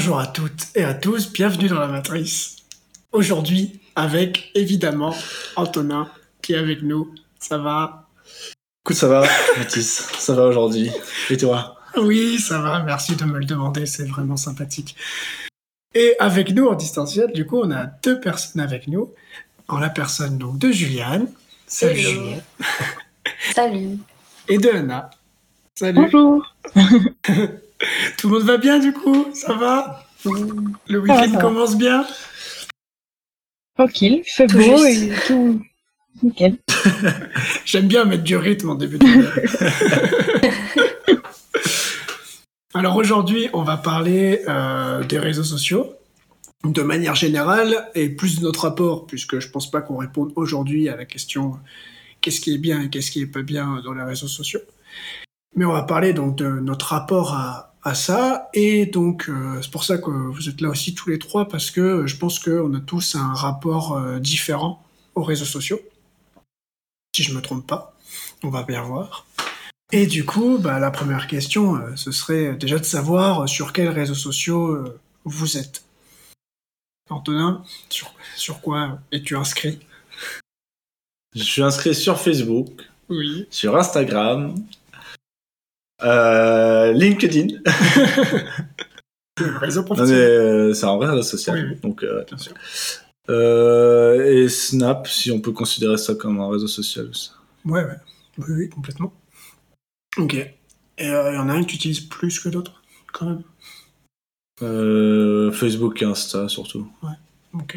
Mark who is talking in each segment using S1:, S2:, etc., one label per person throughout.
S1: Bonjour à toutes et à tous, bienvenue dans la Matrice. Aujourd'hui, avec évidemment Antonin qui est avec nous. Ça va?
S2: Écoute, ça va, Mathis, ça va aujourd'hui. Et toi?
S1: Oui, ça va, merci de me le demander, c'est vraiment sympathique. Et avec nous en distanciel, du coup, on a deux personnes avec nous. En la personne donc de Juliane. Salut
S3: Hello.
S1: Juliane.
S3: Salut.
S1: Et de Anna. Salut.
S4: Bonjour.
S1: Tout le monde va bien du coup? Ça va?
S3: Oui.
S1: Le week-end
S4: ça va.
S1: commence bien?
S4: Tranquille, il fait
S3: Tout
S4: beau
S3: juste.
S4: et tout nickel.
S1: J'aime bien mettre du rythme en début de Alors aujourd'hui, on va parler des réseaux sociaux de manière générale et plus de notre rapport, puisque je pense pas qu'on réponde aujourd'hui à la question qu'est-ce qui est bien et qu'est-ce qui est pas bien dans les réseaux sociaux. Mais on va parler donc de notre rapport à ça, et donc c'est pour ça que vous êtes là aussi tous les trois, parce que je pense qu'on a tous un rapport différent aux réseaux sociaux. Si je me trompe pas, on va bien voir. Et du coup, la première question, ce serait déjà de savoir sur quels réseaux sociaux vous êtes. Antonin, sur quoi es-tu inscrit?
S2: Je suis inscrit sur Facebook,
S1: Oui.
S2: sur Instagram, LinkedIn.
S1: Le réseau
S2: Non
S1: professionnel.
S2: mais c'est un vrai réseau social.
S1: Oui, oui.
S2: Donc,
S1: Bien sûr.
S2: et Snap, si on peut considérer ça comme un réseau social aussi.
S1: Ouais. Oui, oui, complètement. Ok. Et il y en a un que tu utilises plus que d'autres, quand même.
S2: Facebook et Insta surtout.
S1: Ok.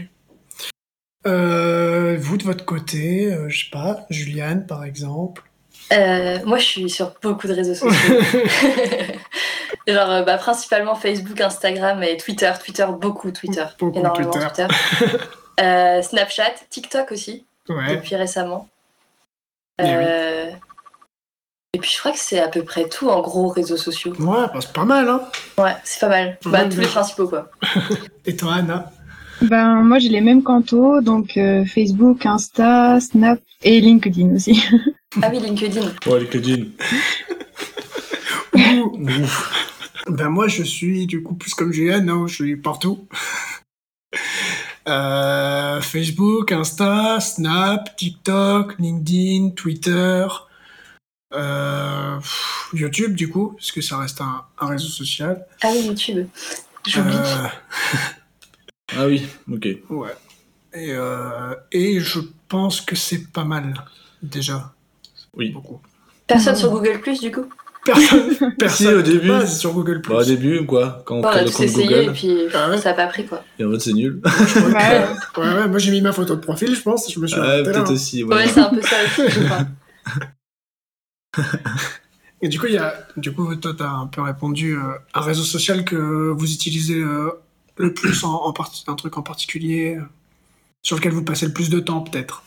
S1: Vous, de votre côté, je sais pas, Juliane, par exemple.
S3: Moi, je suis sur beaucoup de réseaux sociaux. Genre, principalement Facebook, Instagram et Twitter.
S1: Beaucoup
S3: Énormément
S1: Twitter.
S3: Snapchat, TikTok aussi,
S1: Ouais.
S3: depuis récemment.
S1: Eh oui.
S3: Et puis, je crois que c'est à peu près tout en gros réseaux sociaux.
S1: Ouais, c'est pas mal, hein.
S3: Ouais, c'est pas mal.
S1: Ouais,
S3: Tous
S1: ouais.
S3: les principaux, quoi.
S1: Et toi, Anna?
S4: Ben moi j'ai les mêmes cantos, donc Facebook, Insta, Snap et LinkedIn aussi.
S3: Ah oui, LinkedIn.
S2: Ouais, LinkedIn.
S1: Moi, je suis du coup plus comme Juliane, hein, je suis partout. Facebook, Insta, Snap, TikTok, LinkedIn, Twitter, YouTube du coup, parce que ça reste un réseau social.
S3: Ah oui, YouTube. J'oublie.
S2: Ah oui, ok.
S1: Ouais. Et je pense que c'est pas mal, déjà.
S2: Oui.
S1: Beaucoup.
S3: Personne sur Google+, du coup.
S1: Personne
S2: Si, au début.
S1: passe sur Google+.
S2: Bah, au début, quoi, quand on
S3: On a
S2: crée le
S3: tous
S2: compte
S3: essayé
S2: Google,
S3: et puis
S1: Ah ouais.
S3: ça a pas pris, quoi.
S2: et en mode c'est nul.
S1: Ouais, moi j'ai mis ma photo de profil, je pense, je me suis
S2: Ouais,
S1: arrêté là.
S2: peut-être
S1: Hein.
S2: aussi.
S3: Ouais, c'est un peu ça aussi, je crois.
S1: Et du coup, toi, t'as un peu répondu un réseau social que vous utilisez le plus un truc en particulier sur lequel vous passez le plus de temps, peut-être.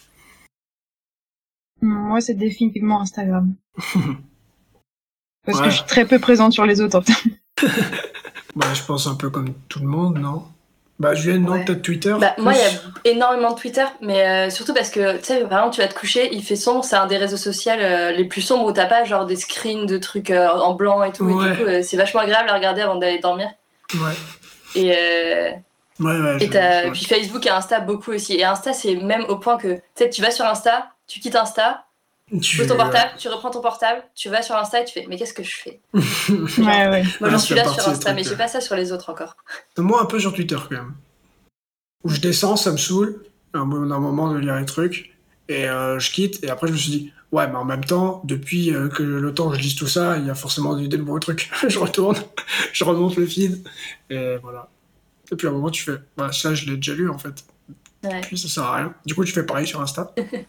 S4: Moi c'est définitivement Instagram. Parce
S1: Ouais.
S4: que je suis très peu présente sur les autres.
S1: Je pense un peu comme tout le monde, non? Juliane, non,
S3: Ouais.
S1: peut-être Twitter.
S3: Moi, il y
S1: plus.
S3: a énormément de Twitter, mais surtout parce que, tu sais, par exemple, tu vas te coucher, il fait sombre, c'est un des réseaux sociaux les plus sombres où t'as pas genre des screens de trucs en blanc et tout,
S1: Ouais.
S3: et du coup, c'est vachement agréable à regarder avant d'aller dormir.
S1: Ouais.
S3: Et
S1: Ouais.
S3: puis Facebook et Insta, beaucoup aussi. Et Insta, c'est même au point que, tu sais, tu vas sur Insta, tu quittes Insta, tu poses ton portable, tu reprends ton portable, tu vas sur Insta et tu fais, mais qu'est-ce que je fais?
S4: Ouais.
S3: Moi, j'en suis
S1: ça fait
S3: là sur
S1: partie des
S3: Insta, mais
S1: trucs,
S3: j'ai pas ça sur les autres encore.
S1: Moi, un peu sur Twitter, quand même. Où je descends, ça me saoule, à un moment de lire les trucs, et je quitte, et après je me suis dit, ouais, mais en même temps, depuis que le temps que je lise tout ça, il y a forcément des nouveaux trucs. Je retourne, je remonte le feed, et voilà. Et puis à un moment, tu fais, ça, je l'ai déjà lu, en fait.
S3: Ouais.
S1: Puis ça sert à rien. Du coup, tu fais pareil sur Insta.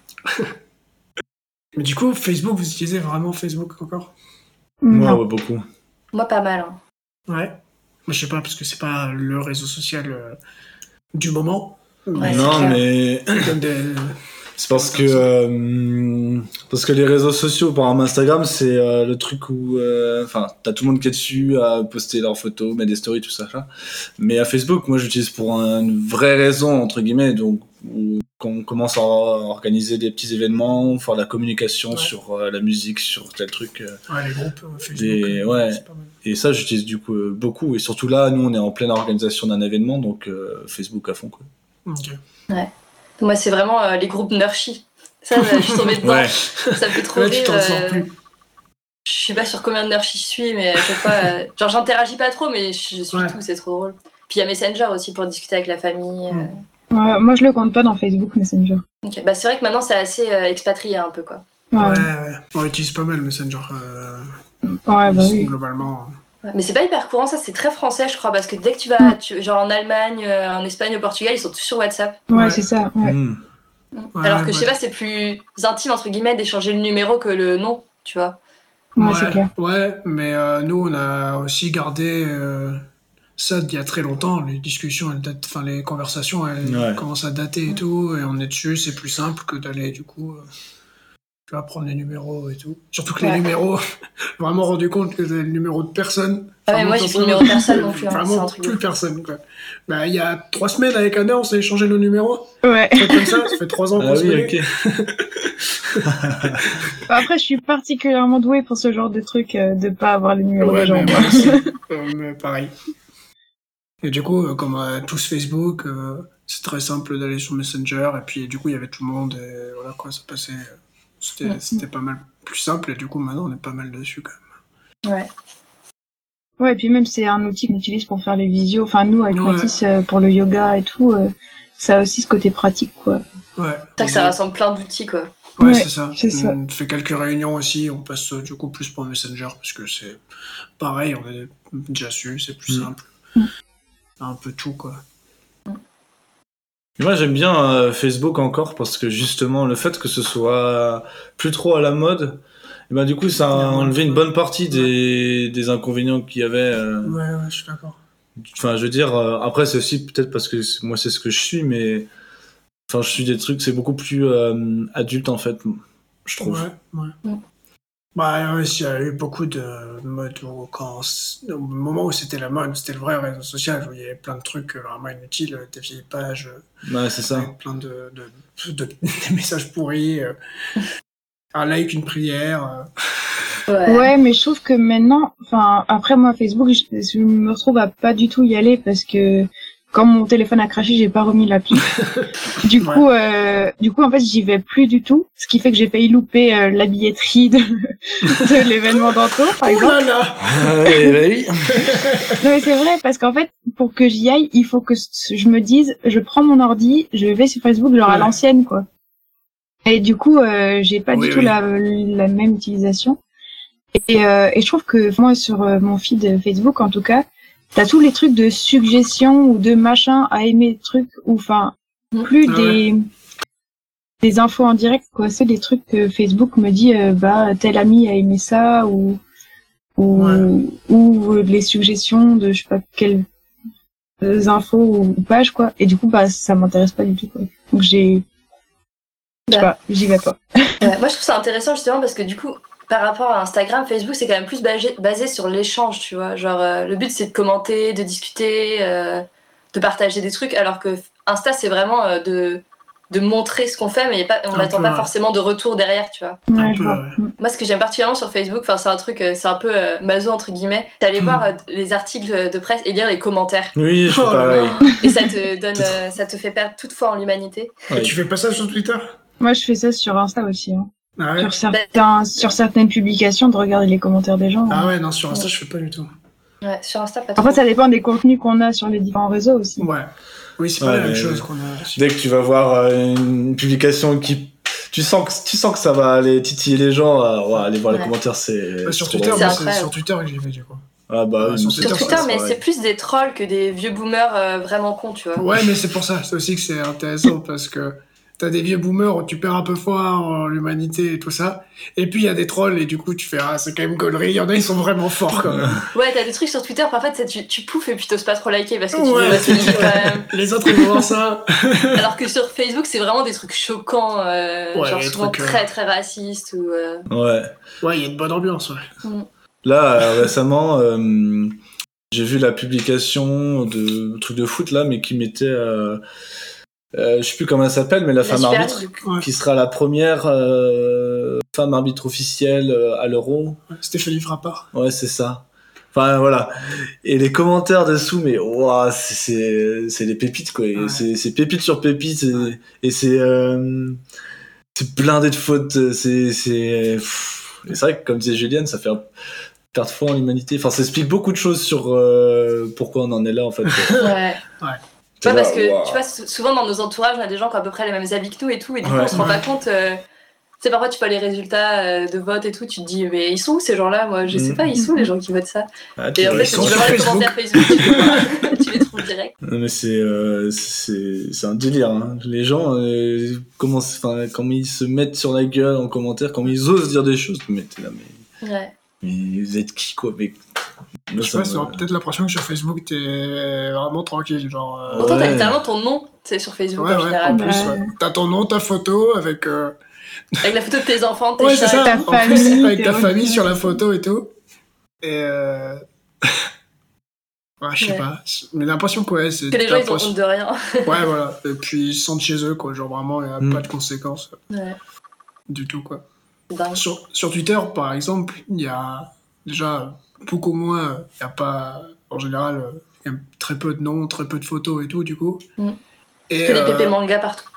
S1: Mais du coup, Facebook, vous utilisez vraiment Facebook encore?
S2: Moi,
S4: Non.
S2: ouais, beaucoup.
S3: Moi, pas mal. Hein.
S1: Ouais. Moi, je sais pas, parce que c'est pas le réseau social du moment.
S3: Ouais, c'est
S2: Non,
S3: clair.
S2: mais
S1: Comme des...
S2: c'est parce que les réseaux sociaux, par exemple Instagram, c'est le truc où t'as tout le monde qui est dessus à poster leurs photos, mettre des stories, tout ça. Mais à Facebook, moi j'utilise pour une vraie raison entre guillemets, donc où qu'on commence à organiser des petits événements, faire de la communication sur la musique, sur tel truc.
S1: Ouais, les groupes Facebook.
S2: C'est pas mal. Et ça, j'utilise du coup beaucoup. Et surtout là, nous, on est en pleine organisation d'un événement, donc Facebook à fond, quoi.
S1: Ok.
S3: Ouais. Moi, c'est vraiment les groupes Nurshi. Ça, je suis tombée dedans.
S2: Ouais.
S3: Ça me fait trop
S1: Là,
S3: rire.
S1: tu t'en sors plus.
S3: Je sais pas sur combien de Nurshi je suis, mais à chaque fois, genre j'interagis pas trop, mais je suis tout, c'est trop drôle. Puis il y a Messenger aussi pour discuter avec la famille.
S4: Ouais, moi, je le compte pas dans Facebook Messenger.
S3: Okay. Bah, c'est vrai que maintenant, c'est assez expatrié un peu, quoi.
S1: Ouais. On utilise pas mal Messenger.
S4: Ouais, bah oui.
S1: Globalement.
S3: Ouais. Mais c'est pas hyper courant, ça, c'est très français, je crois, parce que dès que tu vas, genre en Allemagne, en Espagne, au Portugal, ils sont tous sur WhatsApp.
S4: Ouais, c'est ça. Ouais.
S3: Alors que je sais pas, c'est plus intime, entre guillemets, d'échanger le numéro que le nom, tu vois.
S4: Ouais, c'est clair.
S1: Ouais, mais nous, on a aussi gardé ça d'il y a très longtemps. Les discussions, les conversations, elles commencent à dater et tout, et on est dessus, c'est plus simple que d'aller, du coup, tu vas prendre les numéros et tout. Surtout que les numéros, vraiment rendu compte que c'est le numéro de personne.
S3: Ah ouais, moi, j'ai plus le numéro de personne non plus.
S1: Vraiment,
S3: c'est un truc
S1: plus personne, quoi. Bah, il y a 3 semaines, avec Anna, on s'est échangé nos numéros.
S4: Ouais.
S1: Comme ça fait 3 ans qu'on se connaît.
S4: Après, je suis particulièrement douée pour ce genre de truc, de pas avoir les numéros des gens.
S1: Mais pareil. Et du coup, comme on a tous Facebook, c'est très simple d'aller sur Messenger, et puis du coup, il y avait tout le monde, et voilà quoi, ça passait. C'était pas mal plus simple, et du coup, maintenant, on est pas mal dessus quand même.
S3: Ouais.
S4: Ouais, et puis même, c'est un outil qu'on utilise pour faire les visios. Enfin, nous, avec Mathis, pour le yoga et tout, ça a aussi ce côté pratique, quoi.
S1: Ouais.
S3: C'est vrai que ça rassemble plein d'outils, quoi.
S1: Ouais, c'est ça.
S4: ça.
S1: On fait quelques réunions aussi, on passe du coup plus pour Messenger, parce que c'est pareil, on est déjà su, c'est plus simple. Un peu tout, quoi.
S2: Moi, j'aime bien Facebook encore parce que justement, le fait que ce soit plus trop à la mode, et ben, du coup, ça a enlevé une bonne partie des inconvénients qu'il y avait.
S1: Ouais, je suis d'accord.
S2: Enfin, je veux dire, après, c'est aussi peut-être parce que moi, c'est ce que je suis, mais enfin, je suis des trucs, c'est beaucoup plus adulte en fait, je trouve.
S1: Ouais. Bah, il y a eu beaucoup de modes où au moment où c'était la mode, c'était le vrai réseau social, où il y avait plein de trucs vraiment inutiles, des vieilles pages.
S2: Ouais, c'est ça.
S1: Avec plein des messages pourris, un like, une prière.
S4: Ouais, mais je trouve que maintenant, enfin, après moi, Facebook, je me retrouve à pas du tout y aller parce que quand mon téléphone a craché, j'ai pas remis l'appli. Du coup, en fait, j'y vais plus du tout, ce qui fait que j'ai failli louper la billetterie de l'événement d'Anto, par exemple.
S1: Oh là là.
S2: Oui.
S4: Non mais c'est vrai, parce qu'en fait, pour que j'y aille, il faut que je me dise, je prends mon ordi, je vais sur Facebook, genre à l'ancienne, quoi. Et du coup, j'ai pas du tout la même utilisation. Et je trouve que moi, sur mon feed Facebook, en tout cas, t'as tous les trucs de suggestions ou de machin à aimer des trucs, ou enfin, plus des infos en direct, quoi. C'est des trucs que Facebook me dit, tel ami a aimé ça, ou les suggestions de je sais pas quelles infos ou pages, quoi. Et du coup, ça m'intéresse pas du tout, quoi. Donc je sais pas, j'y vais pas.
S3: Moi, je trouve ça intéressant justement parce que du coup, par rapport à Instagram, Facebook, c'est quand même plus basé sur l'échange, tu vois. Genre, le but, c'est de commenter, de discuter, de partager des trucs, alors que Insta, c'est vraiment de montrer ce qu'on fait, mais on n'attend pas forcément de retour derrière, tu vois. Moi, ce que j'aime particulièrement sur Facebook, c'est un truc, c'est un peu maso, entre guillemets, d'aller voir les articles de presse et lire les commentaires.
S2: Oui, je suis pareil.
S3: Et ça te donne, ça te fait perdre toute foi en l'humanité.
S1: Et tu fais pas ça sur Twitter ?
S4: Moi, je fais ça sur Insta aussi. Hein.
S1: Ah ouais.
S4: Sur certaines publications, de regarder les commentaires des gens.
S1: Ah ouais, non, sur Insta, je fais pas du tout.
S3: Ouais, sur Insta, pas trop.
S4: Après, ça dépend des contenus qu'on a sur les différents réseaux aussi.
S1: Ouais. Oui, c'est pas la même chose qu'on a.
S2: Dès que tu vas voir une publication qui... Tu sens que ça va aller titiller les gens, aller voir les commentaires, c'est...
S1: Sur Twitter, c'est sur Twitter que j'y vais, du coup.
S2: Ah bah,
S1: sur
S3: Twitter, mais c'est plus des trolls que des vieux boomers vraiment cons, tu vois.
S1: Ouais, mais c'est pour ça, c'est aussi que c'est intéressant, parce que t'as des vieux boomers où tu perds un peu foi en l'humanité et tout ça, et puis il y a des trolls, et du coup tu fais c'est quand même gaulerie, il y en a, ils sont vraiment forts quand même.
S3: Ouais, t'as des trucs sur Twitter, parfois tu pouffes et puis t'oses pas trop liker parce que tu dis quand même.
S1: Les autres ils vont voir ça.
S3: Alors que sur Facebook, c'est vraiment des trucs choquants, genre souvent très très racistes ou.
S2: Ouais,
S1: il y a une bonne ambiance, ouais.
S2: Là, récemment, j'ai vu la publication de trucs de foot là, mais qui mettait je sais plus comment elle s'appelle, mais la femme
S3: Super
S2: arbitre,
S3: League.
S1: Ouais.
S2: qui sera la première femme arbitre officielle à l'Euro.
S1: Stéphanie Frappard.
S2: Ouais, c'est ça. Enfin, voilà. Et les commentaires dessous, mais ouah, c'est des pépites, quoi. Et
S1: Ouais.
S2: c'est pépite sur pépite. Et c'est blindé de fautes. Et c'est vrai que, comme disait Julienne, ça fait perdre foi en l'humanité. Enfin, ça explique beaucoup de choses sur pourquoi on en est là, en fait.
S3: Ouais.
S2: T'es
S3: Ouais,
S2: là,
S3: parce que
S2: ouah.
S3: tu vois, souvent dans nos entourages, on a des gens qui ont à peu près les mêmes avis que nous et tout, et du coup,
S2: Ouais.
S3: on se rend pas compte. Tu sais, parfois, tu vois les résultats de vote et tout, tu te dis, mais ils sont où ces gens-là? Moi, je sais pas, ils sont où les gens qui votent ça?
S2: Ah,
S3: Et en fait,
S1: ils
S3: tu
S1: sont
S3: vas
S1: sur
S3: voir les
S1: Facebook.
S3: commentaires Facebook, tu les trouves direct.
S2: Non, mais c'est un délire, hein. Les gens comment ils se mettent sur la gueule en commentaire, comment ils osent dire des choses, mais t'es là,
S3: Ouais.
S2: mais vous êtes qui, quoi? Mais moi,
S1: Je sais pas, ça aura peut-être l'impression que sur Facebook, t'es vraiment tranquille. Genre,
S3: Pourtant, t'as
S2: Ouais.
S3: littéralement ton nom, tu sais, sur Facebook
S1: ouais,
S3: en
S1: ouais,
S3: général.
S1: en plus,
S4: Ouais.
S1: ouais. T'as ton nom, ta photo avec.
S3: Avec la photo de tes enfants, de tes
S1: Ouais, c'est
S3: chats.
S1: ça.
S4: Ta
S1: En
S4: famille,
S1: plus, avec
S4: tes
S1: ta famille
S4: refus.
S1: sur la photo et tout. Et. Ouais, je sais
S3: Ouais.
S1: pas. Mais j'ai l'impression que ouais, c'est.
S3: Que les gens,
S1: t'as
S3: ils ont
S1: l'impression-
S3: honte de rien.
S1: Ouais, voilà. Et puis ils se sentent chez eux, quoi. Genre vraiment, il n'y a
S2: Mm.
S1: pas de conséquences
S3: Ouais,
S1: du tout, quoi.
S3: c'est dingue.
S1: Sur Twitter, par exemple, il y a déjà beaucoup moins. Il n'y a pas. En général, il y a très peu de noms, très peu de photos et tout, du coup.
S3: Mm.
S1: Et,
S3: Que des pépés manga partout.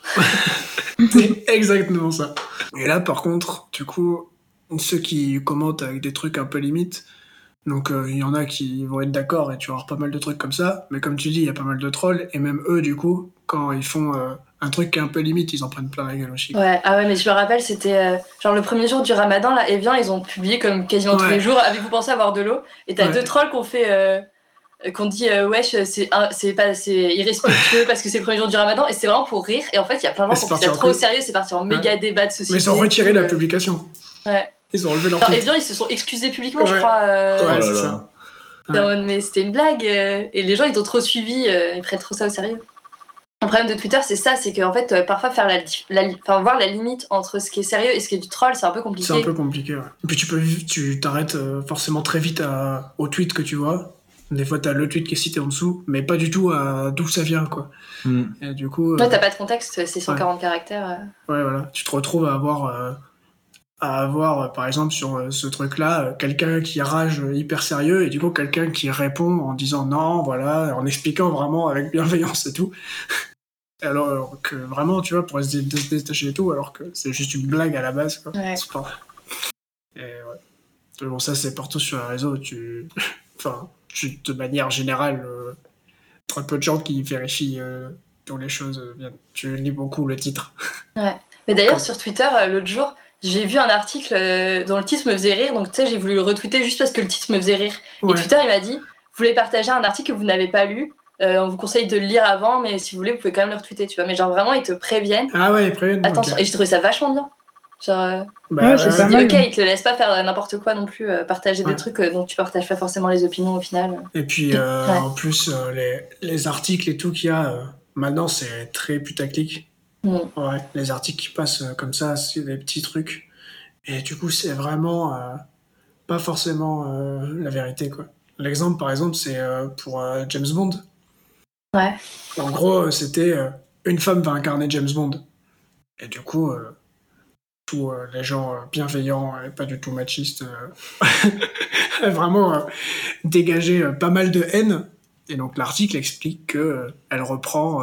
S1: c'est exactement ça. Et là, par contre, du coup, ceux qui commentent avec des trucs un peu limites, donc il y en a qui vont être d'accord et tu vas avoir pas mal de trucs comme ça, mais comme tu dis, il y a pas mal de trolls, et même eux, du coup, quand ils font un truc qui est un peu limite, ils en prennent plein la gueule aussi.
S3: Ouais, ah ouais, mais je me rappelle, c'était genre le premier jour du ramadan, là, Evian, ils ont publié comme quasiment tous
S1: Ouais.
S3: les jours, avez-vous pensé avoir de l'eau? Et t'as
S1: Ouais.
S3: deux trolls qu'on fait, qu'on dit, wesh, c'est irrespectueux parce que c'est le premier jour du ramadan, et c'est vraiment pour rire, et en fait, il y a plein de
S1: Et
S3: gens
S1: c'est
S3: qui ont pris
S1: parti
S3: ça
S1: en
S3: trop au
S1: couille.
S3: sérieux, c'est parti en méga débat de société.
S1: Mais ils ont retiré
S3: et tout,
S1: la publication.
S3: Ouais.
S1: Ils ont enlevé leur
S3: Alors,
S1: tweet.
S3: Evian, ils se sont excusés publiquement, je
S1: Ouais.
S3: crois.
S2: Oh
S1: Ouais,
S2: là
S1: c'est
S2: là.
S1: ça.
S3: C'était en mode, mais c'était une blague, et les gens, ils ont trop suivi, ils prennent trop ça au sérieux. Le problème de Twitter, c'est ça, c'est qu'en fait, parfois, faire enfin, voir la limite entre ce qui est sérieux et ce qui est du troll, c'est un peu compliqué.
S1: C'est un peu compliqué, ouais. Et puis tu t'arrêtes forcément très vite au tweet que tu vois. Des fois, t'as le tweet qui est cité en dessous, mais pas du tout à d'où ça vient, quoi.
S2: Mm.
S1: Et du coup,
S3: Ouais, t'as pas de contexte, c'est 140 caractères.
S1: ouais, voilà. Tu te retrouves à avoir par exemple, sur ce truc-là, quelqu'un qui rage hyper sérieux, et du coup, quelqu'un qui répond en disant non, voilà, en expliquant vraiment avec bienveillance et tout. Alors que vraiment, tu vois, pour se détacher et tout, alors que c'est juste une blague à la base, quoi.
S3: Ouais.
S1: C'est pas... Et ouais. Mais bon, ça, c'est partout sur les réseaux. Enfin, de manière générale, très peu de gens qui vérifient toutes les choses. Bien. Tu lis beaucoup le titre.
S3: Mais d'ailleurs, sur Twitter, l'autre jour, j'ai vu un article dont le titre me faisait rire, donc tu sais, j'ai voulu le retweeter juste parce que le titre me faisait rire.
S1: Ouais.
S3: Et Twitter, il m'a dit, vous voulez partager un article que vous n'avez pas lu, on vous conseille de le lire avant, mais si vous voulez, vous pouvez quand même le retweeter, tu vois. Mais genre vraiment, ils te préviennent.
S1: Ah ouais, ils préviennent.
S3: Attention,
S1: ok.
S3: et j'ai trouvé ça vachement bien. Genre,
S1: Bah,
S4: Ouais, c'est
S3: je
S4: pas
S3: dis,
S4: mal.
S3: ok, ils te laissent pas faire n'importe quoi non plus, partager
S1: Ouais.
S3: des trucs dont tu partages pas forcément les opinions au final.
S1: Et puis, en plus, les articles et tout qu'il y a, maintenant, c'est très putaclic.
S3: Mm.
S1: Ouais, les articles qui passent comme ça, c'est des petits trucs. Et du coup, c'est vraiment pas forcément la vérité, quoi. L'exemple, par exemple, c'est pour James Bond.
S3: Ouais.
S1: En gros, c'était une femme va incarner James Bond. Et du coup, tous les gens bienveillants et pas du tout machistes vraiment dégager pas mal de haine. Et donc l'article explique que elle reprend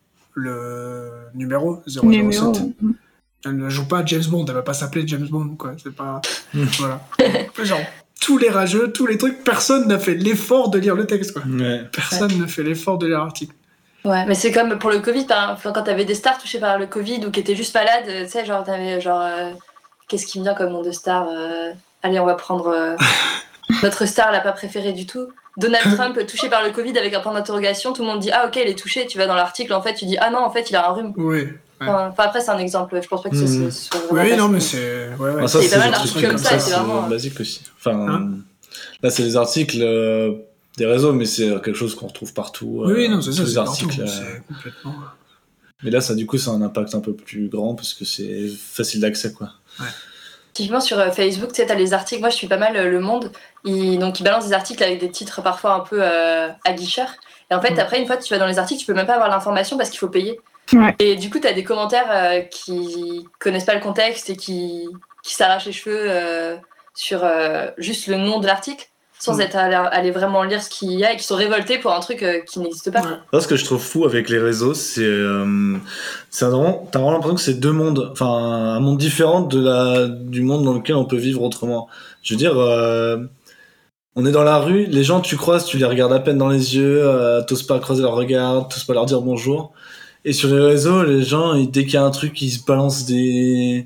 S1: le numéro 007.
S4: Numéro.
S1: Elle ne joue pas James Bond, elle va pas s'appeler James Bond, quoi. C'est pas... voilà. Genre, tous les rageux, tous les trucs, personne n'a fait l'effort de lire le texte, quoi.
S2: Ouais.
S1: Personne ne fait l'effort de lire l'article.
S3: Ouais, mais c'est comme pour le Covid, quand t'avais des stars touchées par le Covid ou qui étaient juste malades, tu sais, genre, t'avais genre. Qu'est-ce qui me vient comme nom de star Allez, on va prendre notre star, la pas préférée du tout. Donald Trump touché par le Covid avec un point d'interrogation, tout le monde dit ah ok, il est touché, tu vas dans l'article, en fait, tu dis ah non, en fait, il a un rhume.
S1: Oui. Ouais.
S3: Enfin, après, c'est un exemple, je pense pas que ce soit vraiment
S1: Oui, non,
S3: passé.
S1: mais c'est... Ouais, ouais.
S2: Ah, ça,
S3: Il y a
S2: c'est
S3: pas mal
S2: des
S3: d'articles
S2: trucs
S3: comme ça, c'est
S2: c'est
S3: vraiment-
S2: basique aussi. Enfin,
S1: Hein
S2: là, c'est des articles des réseaux, mais c'est quelque chose qu'on retrouve partout.
S1: Oui, non, c'est
S2: tous
S1: ça,
S2: les
S1: c'est
S2: articles.
S1: partout. C'est complètement...
S2: Mais là, ça, du coup, ça a un impact un peu plus grand parce que c'est facile d'accès, quoi.
S3: Typiquement sur Facebook, tu sais, t'as les articles, moi je suis pas mal Le Monde, donc ils balancent des articles avec des titres parfois un peu aguicheurs. Et en fait, après, une fois que tu vas dans les articles, tu peux même pas avoir l'information parce qu'il faut payer.
S4: Ouais.
S3: Et du coup, t'as des commentaires qui connaissent pas le contexte et qui s'arrachent les cheveux sur juste le nom de l'article, sans être aller vraiment lire ce qu'il y a, et qui sont révoltés pour un truc qui n'existe pas.
S2: Là, ce que je trouve fou avec les réseaux, c'est t'as vraiment l'impression que c'est deux mondes, enfin un monde différent du monde dans lequel on peut vivre autrement. Je veux dire, on est dans la rue, les gens tu croises, tu les regardes à peine dans les yeux, t'oses pas croiser leur regard, t'oses pas leur dire bonjour. Et sur les réseaux, les gens, dès qu'il y a un truc, ils se balancent des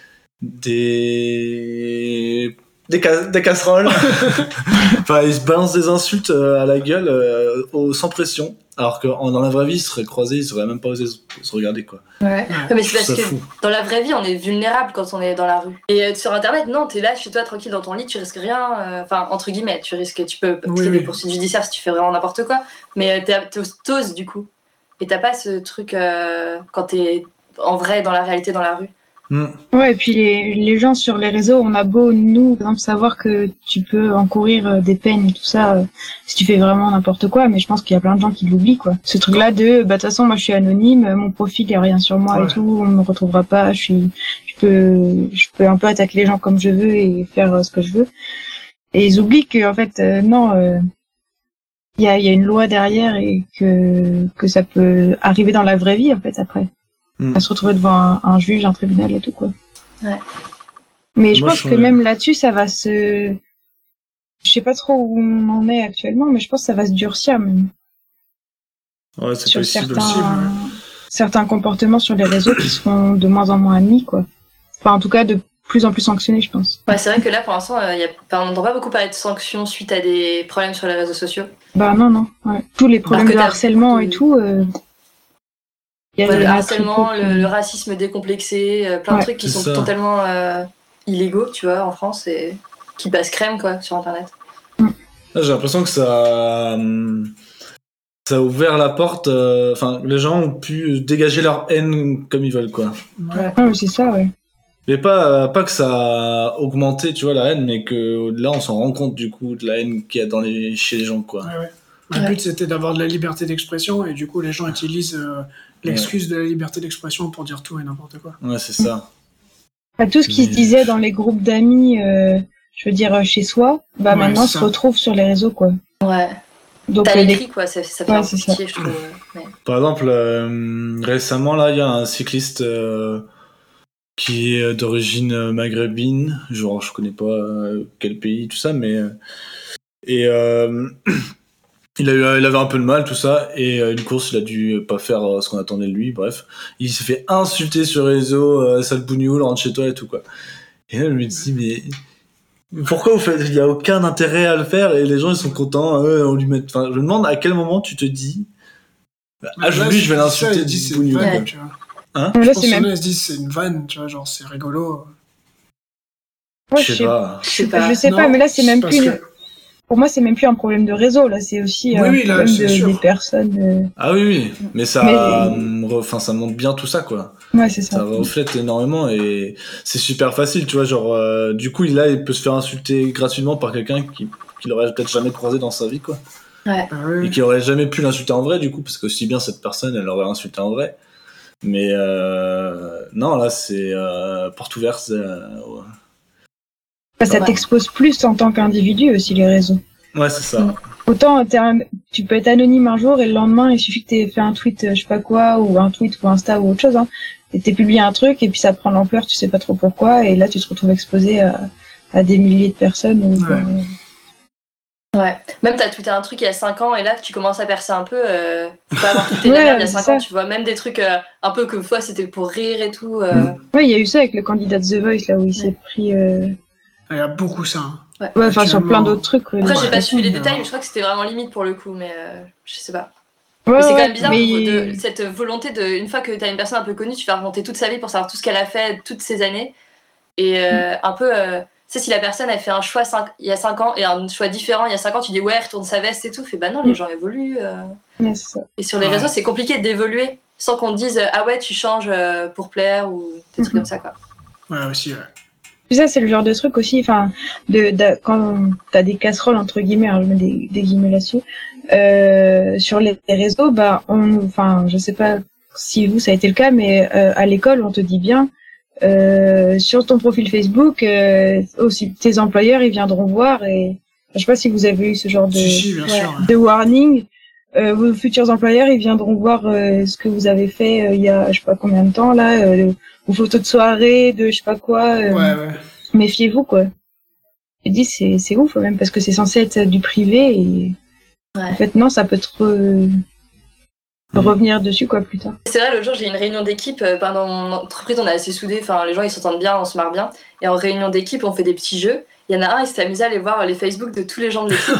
S2: casseroles. Enfin, ils se balancent des insultes à la gueule sans pression. Alors que dans la vraie vie, ils seraient croisés, ils auraient même pas osé se regarder, quoi.
S3: Ouais. Mais c'est parce que
S2: fou.
S3: dans la vraie vie, on est vulnérable quand on est dans la rue. Et sur Internet, non, t'es là chez toi tranquille dans ton lit, tu risques rien. Enfin, entre guillemets, tu peux des poursuites judiciaires si tu fais vraiment n'importe quoi. Mais t'oses du coup. Et t'as pas ce truc quand t'es en vrai dans la réalité, dans la rue.
S4: Ouais, et puis les gens sur les réseaux, on a beau, nous, par exemple, savoir que tu peux encourir des peines et tout ça, si tu fais vraiment n'importe quoi, mais je pense qu'il y a plein de gens qui l'oublient, quoi. Ce truc-là de, de toute façon, moi, je suis anonyme, mon profil, il y a rien sur moi et tout, on me retrouvera pas, je peux un peu attaquer les gens comme je veux et faire ce que je veux. Et ils oublient que, en fait, non, il y a une loi derrière et que ça peut arriver dans la vraie vie, en fait, après. À se retrouver devant un juge, un tribunal et tout, quoi.
S3: Ouais.
S4: Mais je pense que même là-dessus, ça va se... Je sais pas trop où on en est actuellement, mais je pense que ça va se durcir, même.
S2: Ouais, c'est
S4: sur
S2: possible
S4: certains comportements sur les réseaux qui seront de moins en moins admis, quoi. Enfin, en tout cas, de plus en plus sanctionnés, je pense.
S3: Ouais, c'est vrai que là, pour l'instant, on n'entend pas beaucoup parler de sanctions suite à des problèmes sur les réseaux sociaux.
S4: Bah non. Ouais. Tous les problèmes de harcèlement et tout...
S3: le harcèlement, le racisme décomplexé, plein de trucs qui sont totalement illégaux, tu vois, en France, et qui passent crème, quoi, sur Internet.
S2: Là, j'ai l'impression que ça a ouvert la porte, les gens ont pu dégager leur haine comme ils veulent, quoi.
S4: Ouais, c'est ça, ouais.
S2: Mais pas que ça a augmenté, tu vois, la haine, mais que là, on s'en rend compte, du coup, de la haine qu'il y a chez les gens, quoi.
S1: Ouais. Le but, c'était d'avoir de la liberté d'expression, et du coup, les gens utilisent l'excuse de la liberté d'expression pour dire tout et n'importe quoi.
S2: Ouais, c'est ça.
S4: Tout ce qui se disait dans les groupes d'amis, je veux dire, chez soi, maintenant se retrouve sur les réseaux, quoi.
S3: Ouais.
S4: Donc,
S3: t'as l'écrit, quoi, ça fait un peu pitié, je trouve.
S2: Ouais. Par exemple, récemment, là, il y a un cycliste qui est d'origine maghrébine, genre, je connais pas quel pays, tout ça, mais... Il avait un peu de mal, tout ça, et une course, il a dû pas faire ce qu'on attendait de lui, bref. Il s'est fait insulter sur les réseaux, sale bougnoul, rentre chez toi et tout, quoi. Et là, je me dis, mais pourquoi vous faites, il y a aucun intérêt à le faire, et les gens, ils sont contents, on lui met, enfin, je me demande à quel moment tu te dis, lui, je vais l'insulter,
S1: c'est une vanne, tu vois.
S2: Hein?
S1: Je pense que ils se disent, c'est une vanne, tu vois, genre, c'est rigolo.
S4: Ouais,
S2: je sais pas.
S4: Je sais pas, mais là, c'est même plus Pour moi, c'est même plus un problème de réseau, là, c'est aussi un problème des personnes.
S2: Ah oui, mais ça montre bien tout ça, quoi.
S4: Ouais, c'est ça.
S2: Ça reflète énormément et c'est super facile, tu vois, genre, du coup, il peut se faire insulter gratuitement par quelqu'un qui l'aurait peut-être jamais croisé dans sa vie, quoi.
S3: Ouais.
S2: Et qui aurait jamais pu l'insulter en vrai, du coup, parce que aussi bien cette personne, elle l'aurait insulté en vrai. Mais non, là, c'est porte ouverte.
S4: Ça t'expose plus en tant qu'individu aussi, les réseaux.
S2: Ouais, c'est ça.
S4: Autant tu peux être anonyme un jour et le lendemain, il suffit que t'aies fait un tweet, je sais pas quoi, ou un tweet ou Insta ou autre chose, hein. Et t'es publié un truc et puis ça prend l'ampleur, tu sais pas trop pourquoi, et là tu te retrouves exposé à des milliers de personnes.
S3: Ouais. Même t'as tweeté un truc il y a 5 ans et là tu commences à percer un peu. Faut pas avoir tweeté la merde il y a 5 ans, tu vois. Même des trucs un peu que fois c'était pour rire et tout.
S4: Ouais, il y a eu ça avec le candidat de The Voice, là où il s'est pris.
S1: Il y a beaucoup ça.
S3: Ouais,
S4: enfin sur plein d'autres trucs.
S3: Après, j'ai pas suivi les détails, mais je crois que c'était vraiment limite pour le coup, mais je sais pas.
S4: Ouais,
S3: mais c'est quand même bizarre cette volonté de, une fois que t'as une personne un peu connue, tu fais remonter toute sa vie pour savoir tout ce qu'elle a fait toutes ces années. Et un peu, tu sais, si la personne a fait un choix il y a 5 ans et un choix différent il y a 5 ans, tu dis ouais, retourne sa veste et tout. Fait bah non, les gens évoluent.
S4: Ouais, c'est ça.
S3: Et sur les réseaux, c'est compliqué d'évoluer sans qu'on te dise ah ouais, tu changes pour plaire ou des trucs comme ça, quoi.
S1: Ouais, aussi, ouais.
S4: Puis ça, c'est le genre de truc aussi, enfin, quand t'as des casseroles, entre guillemets, alors je mets des guillemets là-dessus, sur les réseaux, je sais pas si vous ça a été le cas, mais à l'école on te dit bien sur ton profil Facebook aussi tes employeurs ils viendront voir et je sais pas si vous avez eu ce genre
S1: bien sûr,
S4: de warning. Vos futurs employeurs ils viendront voir ce que vous avez fait il y a je sais pas combien de temps là, vos photos de soirée, de je sais pas quoi. Méfiez-vous quoi. Je dis c'est ouf même parce que c'est censé être du privé et en fait non ça peut te revenir dessus quoi plus tard.
S3: C'est vrai, l'autre jour j'ai eu une réunion d'équipe, dans mon entreprise on est assez soudés, enfin les gens ils s'entendent bien, on se marre bien, et en réunion d'équipe on fait des petits jeux, il y en a un il s'est amusé à aller voir les Facebook de tous les gens de l'équipe,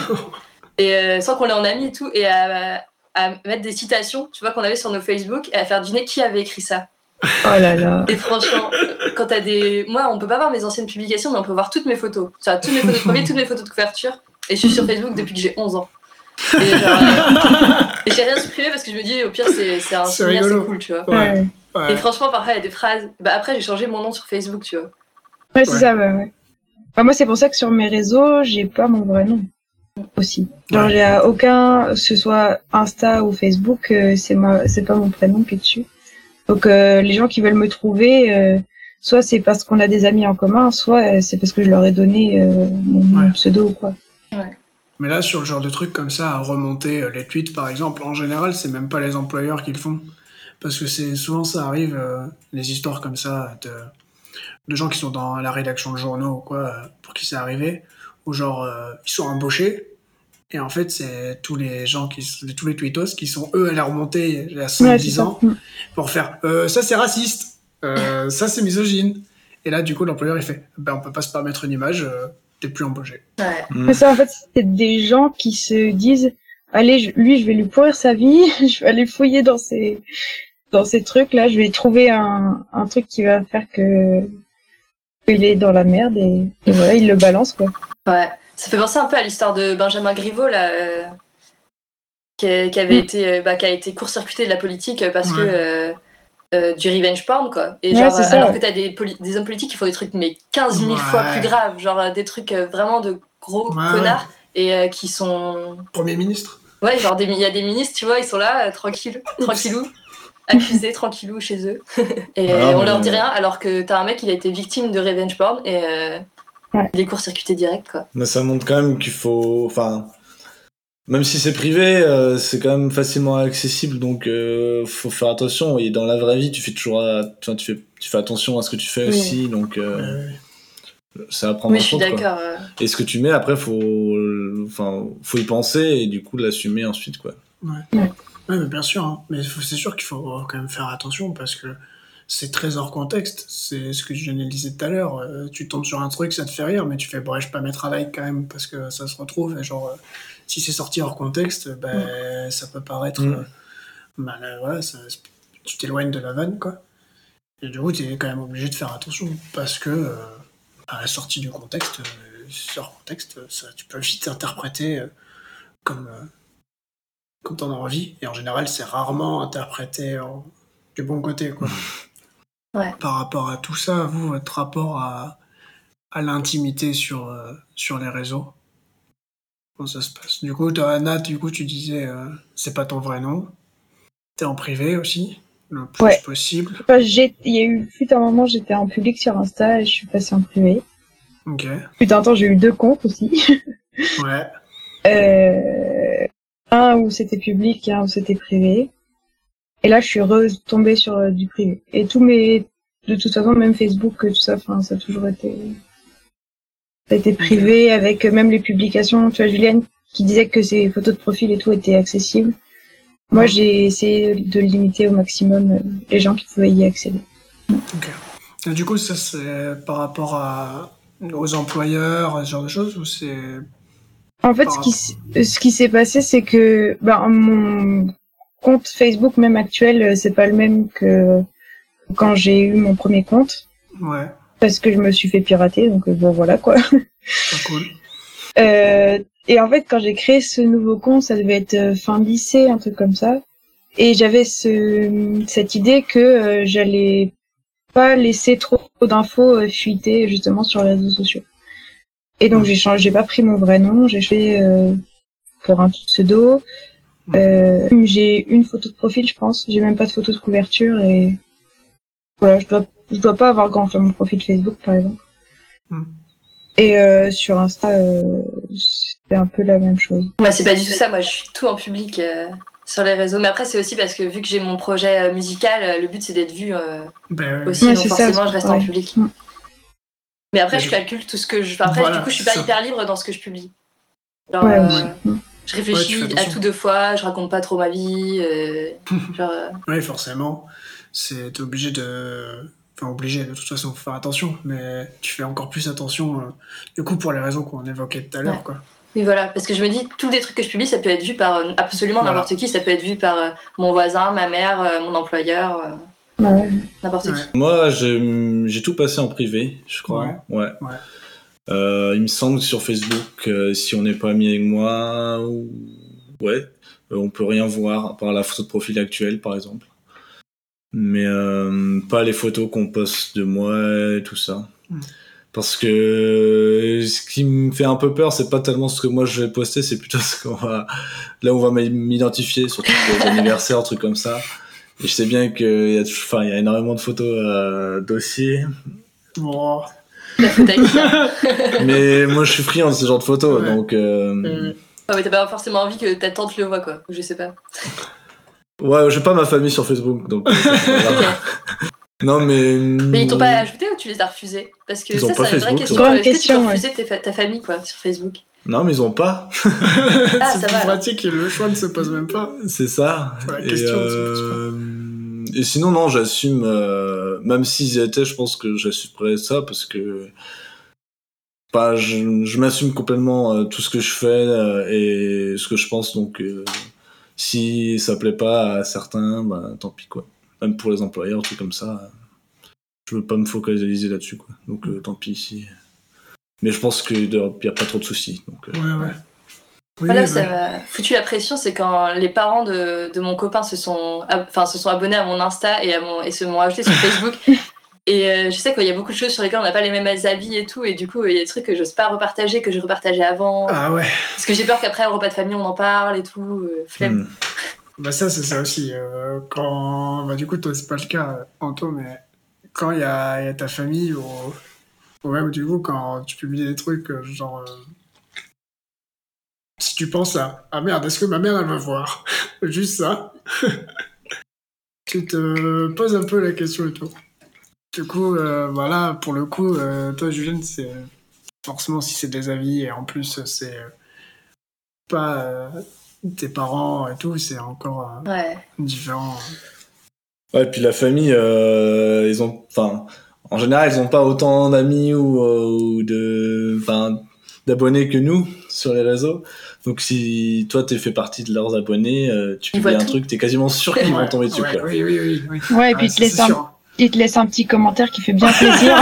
S3: et sans qu'on l'ait en amis et tout, et à mettre des citations, tu vois, qu'on avait sur nos Facebook, et à faire deviner qui avait écrit ça.
S4: Oh là là.
S3: Et franchement, quand t'as des... Moi on peut pas voir mes anciennes publications, mais on peut voir toutes mes photos, enfin, toutes mes photos de profil, toutes mes photos de couverture, et je suis sur Facebook depuis que j'ai 11 ans. Et j'ai rien supprimé parce que je me dis au pire c'est un souvenir, c'est cool, tu vois.
S1: Ouais.
S3: Et franchement parfois il y a des phrases, après j'ai changé mon nom sur Facebook, tu vois.
S4: Ouais c'est ça ouais. Enfin, moi c'est pour ça que sur mes réseaux j'ai pas mon vrai nom aussi. Genre j'ai aucun, que ce soit Insta ou Facebook, c'est pas mon prénom qui est dessus. Donc les gens qui veulent me trouver, soit c'est parce qu'on a des amis en commun, soit c'est parce que je leur ai donné mon pseudo ou quoi.
S3: Ouais.
S1: Mais là, sur le genre de truc comme ça, à remonter les tweets, par exemple, en général, c'est même pas les employeurs qui le font. Parce que souvent ça arrive, les histoires comme ça, de gens qui sont dans la rédaction de journaux ou quoi, pour qui c'est arrivé, ou genre, ils sont embauchés, et en fait, c'est tous les gens tous les tweetos qui sont, eux, allés remonter il y a 5-10 ans, pour faire, ça c'est raciste, ça c'est misogyne. Et là, du coup, l'employeur, il fait, on peut pas se permettre une image, t'es plus embauché.
S3: Ouais.
S4: Mais ça, en fait, c'est des gens qui se disent, allez, lui, je vais lui pourrir sa vie, je vais aller fouiller dans ces trucs-là, je vais trouver un truc qui va faire qu'il est dans la merde et voilà, il le balance, quoi.
S3: Ouais. Ça fait penser un peu à l'histoire de Benjamin Griveaux, là, qui a été court-circuité de la politique parce que du revenge porn, quoi. Et genre, alors que t'as des hommes politiques qui font des trucs mais 15 000 fois plus graves, genre des trucs vraiment de gros connards et qui sont...
S1: Premier ministre.
S3: Ouais, genre il y a des ministres, tu vois, ils sont là, tranquillou, accusés, tranquillou chez eux. Et on leur dit rien, alors que t'as un mec, il a été victime de revenge porn et il est court-circuité direct, quoi.
S2: Mais ça montre quand même qu'il faut... Enfin... Même si c'est privé, c'est quand même facilement accessible, donc faut faire attention. Et dans la vraie vie, tu fais toujours, tu fais attention à ce que tu fais aussi, donc ça va prendre en compte.
S3: Oui, je suis d'accord.
S2: Et ce que tu mets après, faut y penser et du coup l'assumer ensuite, quoi.
S1: Ouais, mais bien sûr, hein. Mais c'est sûr qu'il faut quand même faire attention parce que c'est très hors contexte. C'est ce que je disais tout à l'heure. Tu tombes sur un truc, ça te fait rire, mais tu fais bref, je vais pas mettre un like quand même parce que ça se retrouve. Et genre, si c'est sorti hors contexte, ça peut paraître. Voilà, tu t'éloignes de la vanne, quoi. Et du coup, tu es quand même obligé de faire attention parce que à la sortie du contexte, hors contexte, ça, tu peux vite interpréter comme t'en as envie. Et en général, c'est rarement interprété du bon côté, quoi.
S3: Ouais.
S1: Par rapport à tout ça, vous, votre rapport à l'intimité sur les réseaux, comment ça se passe? Du coup, Nat, tu disais, c'est pas ton vrai nom. T'es en privé aussi, le plus possible.
S4: Enfin, il y a eu, fut un moment, j'étais en public sur Insta et je suis passée en privé.
S1: Ok.
S4: Fut un temps, j'ai eu 2 comptes aussi.
S1: Ouais.
S4: Un où c'était public et un où c'était privé. Et là, je suis retombée sur du privé. Et de toute façon, même Facebook, tout ça, enfin, ça a toujours été, ça a été privé avec même les publications. Tu vois, Julienne qui disait que ses photos de profil et tout étaient accessibles. Moi, j'ai essayé de limiter au maximum les gens qui pouvaient y accéder.
S1: Ok. Et du coup, ça, c'est par rapport aux employeurs, ce genre de choses, ou c'est...
S4: En fait, ce qui s'est passé, c'est que, mon compte Facebook, même actuel, c'est pas le même que quand j'ai eu mon premier compte.
S1: Ouais.
S4: Parce que je me suis fait pirater, donc bon, voilà, quoi.
S1: Pas cool.
S4: Et en fait, quand j'ai créé ce nouveau compte, ça devait être fin lycée, un truc comme ça. Et j'avais cette idée que j'allais pas laisser trop d'infos fuiter justement sur les réseaux sociaux. Et donc j'ai pas pris mon vrai nom, j'ai fait pour un pseudo. J'ai une photo de profil, je pense. J'ai même pas de photo de couverture et voilà, je dois pas avoir grand sur mon profil Facebook, par exemple. Et sur Insta, c'est un peu la même chose.
S3: Moi, c'est pas du tout ça. Moi, je suis tout en public sur les réseaux. Mais après, c'est aussi parce que vu que j'ai mon projet musical, le but c'est d'être vu aussi.
S4: Ouais,
S3: donc forcément, je reste en public. Mais après, je calcule tout ce que je. Après, du coup, je suis pas hyper libre dans ce que je publie. Genre, je réfléchis à tout 2 fois. Je raconte pas trop ma vie.
S1: Ouais, forcément. T'es obligé de. Enfin, obligé, de toute façon, faut faire attention, mais tu fais encore plus attention, du coup, pour les raisons qu'on évoquait tout à l'heure, quoi.
S3: Et voilà, parce que je me dis, tous les trucs que je publie, ça peut être vu par absolument n'importe qui, ça peut être vu par mon voisin, ma mère, mon employeur, n'importe qui.
S2: Moi, j'ai tout passé en privé, je crois. Ouais. Il me semble que sur Facebook, si on n'est pas ami avec moi, on peut rien voir, à part la photo de profil actuelle, par exemple. Mais pas les photos qu'on poste de moi et tout ça. Parce que ce qui me fait un peu peur, c'est pas tellement ce que moi je vais poster, c'est plutôt là où on va m'identifier, surtout pour les anniversaires, trucs comme ça. Et je sais bien qu'il y a énormément de photos dossiers.
S1: Oh.
S2: Mais moi je suis friand de ce genre de photos, donc...
S3: mais t'as pas forcément envie que ta tante le voit, quoi. Je sais pas.
S2: Ouais, j'ai pas ma famille sur Facebook, donc... Non, mais
S3: ils t'ont pas ajouté ou tu les as refusés? Parce que ça, c'est une vraie question. Est-ce que tu peux refuser ta famille, quoi, sur Facebook?
S2: Non, mais ils ont pas.
S1: C'est plus pratique et le choix ne se pose même pas.
S2: C'est ça.
S1: La question ne se pose pas.
S2: Et sinon, non, j'assume... même s'ils y étaient, je pense que j'assumerais ça, parce que... je m'assume complètement tout ce que je fais et ce que je pense, donc... si ça plaît pas à certains, tant pis, quoi. Même pour les employeurs, trucs comme ça, je veux pas me focaliser là-dessus, quoi. Donc tant pis ici. Mais je pense qu'il n'y a pas trop de soucis. Donc,
S1: Oui,
S3: voilà, ça m'a foutu la pression, c'est quand les parents de mon copain se sont abonnés à mon Insta et se m'ont ajouté sur Facebook. Et je sais qu'il y a beaucoup de choses sur lesquelles on n'a pas les mêmes avis et tout, et du coup il y a des trucs que j'ose pas repartager, que je repartageais avant.
S1: Ah ouais.
S3: Parce que j'ai peur qu'après au repas de famille on en parle et tout, flemme.
S1: Ça c'est ça aussi. Quand du coup toi c'est pas le cas, Anto, mais quand il y a ta famille ou même du coup quand tu publies des trucs genre si tu penses à ah merde, est-ce que ma mère elle va voir juste ça, tu te poses un peu la question et tout. Du coup, voilà, pour le coup, toi, Julienne, c'est forcément si c'est des avis et en plus c'est pas tes parents et tout, c'est encore différent.
S2: Ouais, puis la famille, ils ont, en général, ils ont pas autant d'amis ou d'abonnés que nous sur les réseaux. Donc si toi t'es fait partie de leurs abonnés, tu publies un truc, t'es quasiment sûr qu'ils vont tomber dessus.
S1: Ouais,
S2: quoi.
S1: Oui.
S4: Ouais, et puis il te laisse un petit commentaire qui fait bien plaisir.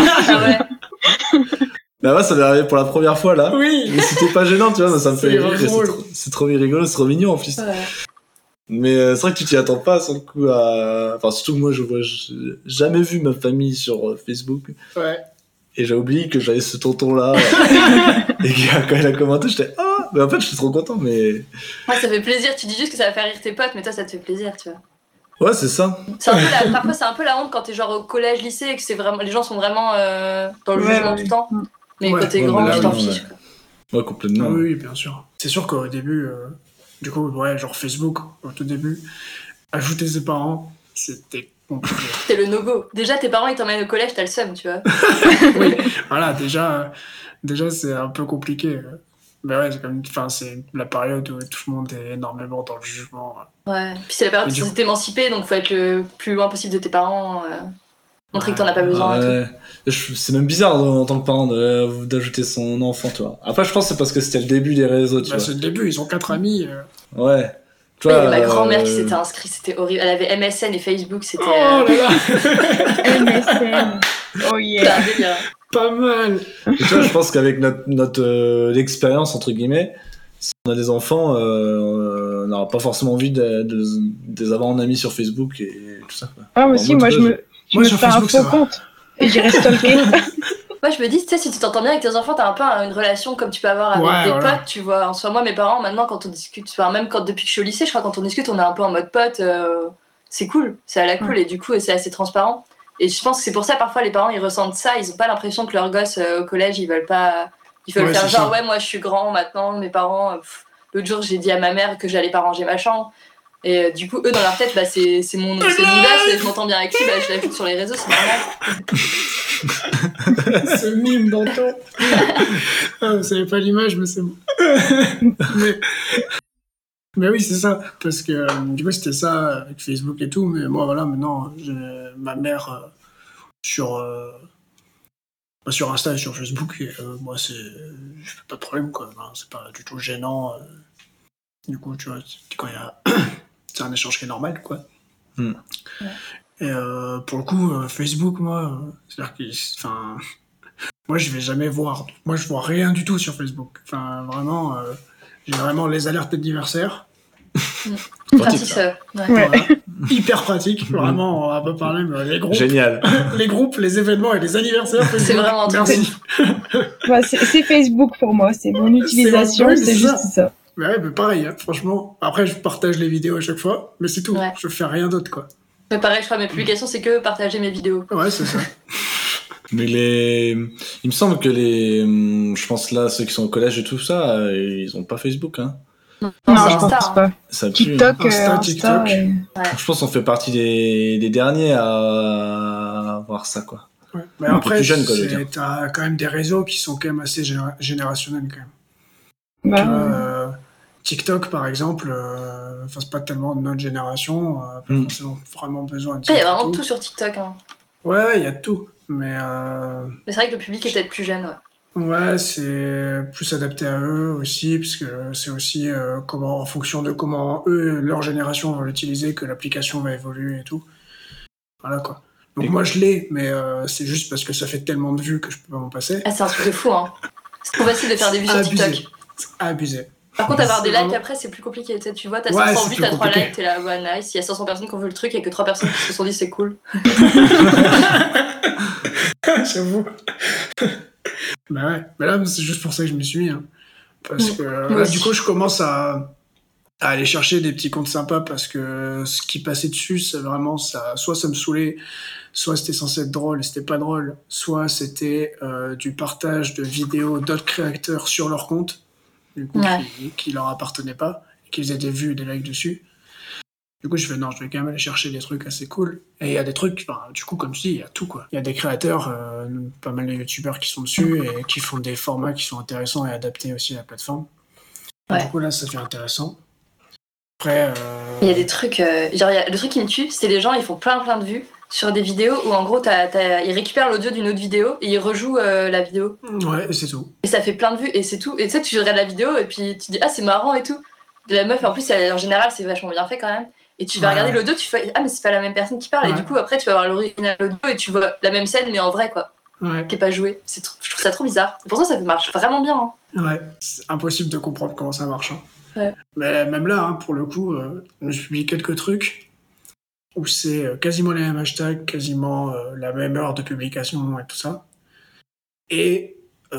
S2: Bah ouais, ça m'est arrivé pour la première fois là.
S1: Oui.
S2: Mais c'était pas gênant, tu vois, ça me fait rire. C'est trop rigolo, c'est trop mignon en plus.
S3: Ouais.
S2: Mais c'est vrai que tu t'y attends pas sur le coup à... Enfin, surtout moi, j'ai jamais vu ma famille sur Facebook.
S1: Ouais.
S2: Et j'ai oublié que j'avais ce tonton-là. Et quand il a commenté, j'étais mais en fait, je suis trop content, mais...
S3: Ouais, ça fait plaisir. Tu dis juste que ça va faire rire tes potes, mais toi, ça te fait plaisir, tu vois.
S2: Ouais, c'est ça.
S3: Parfois, c'est un peu la honte quand t'es genre au collège, lycée, et que les gens sont vraiment dans le jugement tout le temps. Mais quand t'es grand, tu t'en fiches.
S2: Ouais, complètement.
S1: Oui, bien sûr. C'est sûr qu'au début, du coup, genre Facebook, au tout début, ajouter ses parents, c'était compliqué.
S3: C'était le no-go. Déjà, tes parents, ils t'emmènent au collège, t'as le seum, tu vois.
S1: Oui, voilà, déjà, c'est un peu compliqué. Mais ouais, c'est la période où tout le monde est énormément dans le jugement.
S3: Ouais, puis c'est la période où tu es t'émanciper, donc faut être le plus loin possible de tes parents, montrer que t'en as pas besoin et tout.
S2: C'est même bizarre en tant que parent d'ajouter son enfant, tu vois. Après, je pense que c'est parce que c'était le début des réseaux, tu vois.
S1: C'est le début, ils ont 4 amis.
S2: Ouais.
S3: Il y avait ma grand-mère qui s'était inscrite, c'était horrible. Elle avait MSN et Facebook, c'était...
S1: Oh là là.
S4: MSN. Oh yeah.
S3: C'était un délire.
S1: Pas mal.
S2: Et tu vois, je pense qu'avec notre expérience, entre guillemets, si on a des enfants, on n'aura pas forcément envie de les avoir en ami sur Facebook et tout ça. Quoi.
S4: Ah, moi aussi, moi je me fais un faux compte et j'irai stalker.
S3: Moi, je me dis, tu sais, si tu t'entends bien avec tes enfants, t'as un peu une relation comme tu peux avoir avec des potes, tu vois. En soi, moi, mes parents, maintenant, quand on discute, enfin, même depuis que je suis au lycée, je crois, quand on discute, on est un peu en mode pote, c'est cool, c'est à la cool, et du coup, c'est assez transparent. Et je pense que c'est pour ça, parfois, les parents, ils ressentent ça, ils ont pas l'impression que leur gosse, au collège, ils veulent faire genre, ça. Ouais, moi, je suis grand, maintenant, mes parents, l'autre jour, j'ai dit à ma mère que j'allais pas ranger ma chambre. Et du coup, eux, dans leur tête, bah, c'est mon gosse, et je m'entends bien avec lui, bah, je l'ajoute sur les réseaux, c'est normal.
S1: Ce mime d'Anton. Vous savez pas l'image, mais c'est bon. mais oui, c'est ça. Parce que du coup, c'était ça avec Facebook et tout. Mais moi, voilà, maintenant, ma mère sur Insta et sur Facebook, et moi, je fais pas de problème, quoi. Enfin, c'est pas du tout gênant. Du coup, tu vois, quand il y a. C'est un échange qui est normal, quoi.
S2: Ouais.
S1: Et pour le coup, Facebook, moi, c'est-à-dire que, enfin, moi, je vais jamais voir. Moi, je vois rien du tout sur Facebook. Enfin, vraiment, j'ai vraiment les alertes d'anniversaire.
S3: Pratique ça.
S1: Ouais. Voilà. Hyper pratique. Vraiment, on va pas parler, mais les groupes.
S2: Génial.
S1: Les groupes, les événements et les anniversaires. Facebook.
S3: C'est vraiment
S1: merci.
S4: Bah, c'est Facebook pour moi. C'est mon utilisation, c'est juste ça.
S1: Ouais, mais pareil, hein, franchement. Après, je partage les vidéos à chaque fois, mais c'est tout. Ouais. Je fais rien d'autre, quoi.
S3: Mais pareil, je crois, mes publications, c'est que partager mes vidéos.
S1: Ouais, c'est ça.
S2: Mais il me semble que je pense là, ceux qui sont au collège et tout ça, ils ont pas Facebook, hein.
S4: Non, je pense pas.
S2: Ça pue,
S4: TikTok,
S2: hein.
S1: TikTok.
S3: Ouais.
S2: Je pense qu'on fait partie des derniers à voir ça, quoi.
S1: Ouais. Mais après, plus jeune, t'as quand même des réseaux qui sont quand même assez générationnels, quand même. Bah, TikTok, par exemple, c'est pas tellement de notre génération, pas forcément vraiment besoin de
S3: il y a vraiment tout sur TikTok. Hein.
S1: Ouais, il y a tout, mais
S3: c'est vrai que le public est peut-être plus jeune, ouais.
S1: Ouais, c'est plus adapté à eux aussi, parce que c'est aussi en fonction de comment eux, leur génération vont l'utiliser, que l'application va évoluer et tout. Voilà, quoi. Donc moi, je l'ai, mais c'est juste parce que ça fait tellement de vues que je peux pas m'en passer.
S3: Ah, c'est un truc de fou, hein. C'est trop facile de faire des vues sur TikTok.
S1: C'est abusé.
S3: Par contre, avoir des likes après, c'est plus compliqué. Tu vois, t'as 500 vues, t'as 3 likes, t'es là, ouais, nice. Il y a 500 personnes qui ont vu le truc et que 3 personnes qui se sont dit c'est cool.
S1: J'avoue. Bah ouais. Mais là, c'est juste pour ça que je m'y suis mis. Hein. Parce que là, du coup, je commence à aller chercher des petits comptes sympas parce que ce qui passait dessus, c'est vraiment ça. Soit ça me saoulait, soit c'était censé être drôle et c'était pas drôle, soit c'était du partage de vidéos d'autres créateurs sur leur compte. Du coup, qui leur appartenait pas, qui faisaient des vues et des likes dessus. Du coup, je vais quand même aller chercher des trucs assez cool. Et il y a des trucs, du coup, comme tu dis, il y a tout, quoi. Il y a des créateurs, pas mal de youtubeurs qui sont dessus et qui font des formats qui sont intéressants et adaptés aussi à la plateforme. Ouais. Du coup, là, ça devient intéressant. Après,
S3: il y a des trucs, le truc qui me tue, c'est les gens, ils font plein de vues sur des vidéos où en gros ils récupèrent l'audio d'une autre vidéo et ils rejouent la vidéo.
S1: Ouais, et c'est tout.
S3: Et ça fait plein de vues et c'est tout. Et tu sais, tu regardes la vidéo et puis tu dis ah c'est marrant et tout. De la meuf en plus en général c'est vachement bien fait quand même. Et tu vas regarder l'audio, tu fais ah mais c'est pas la même personne qui parle et du coup après tu vas voir l'original audio et tu vois la même scène mais en vrai quoi. Ouais. Qui est pas joué. Je trouve ça trop bizarre. Et pour ça marche vraiment bien. Hein.
S1: Ouais, c'est impossible de comprendre comment ça marche. Hein.
S3: Ouais.
S1: Mais même là, hein, pour le coup, je publie quelques trucs où c'est quasiment les mêmes hashtags, quasiment la même heure de publication et tout ça. Et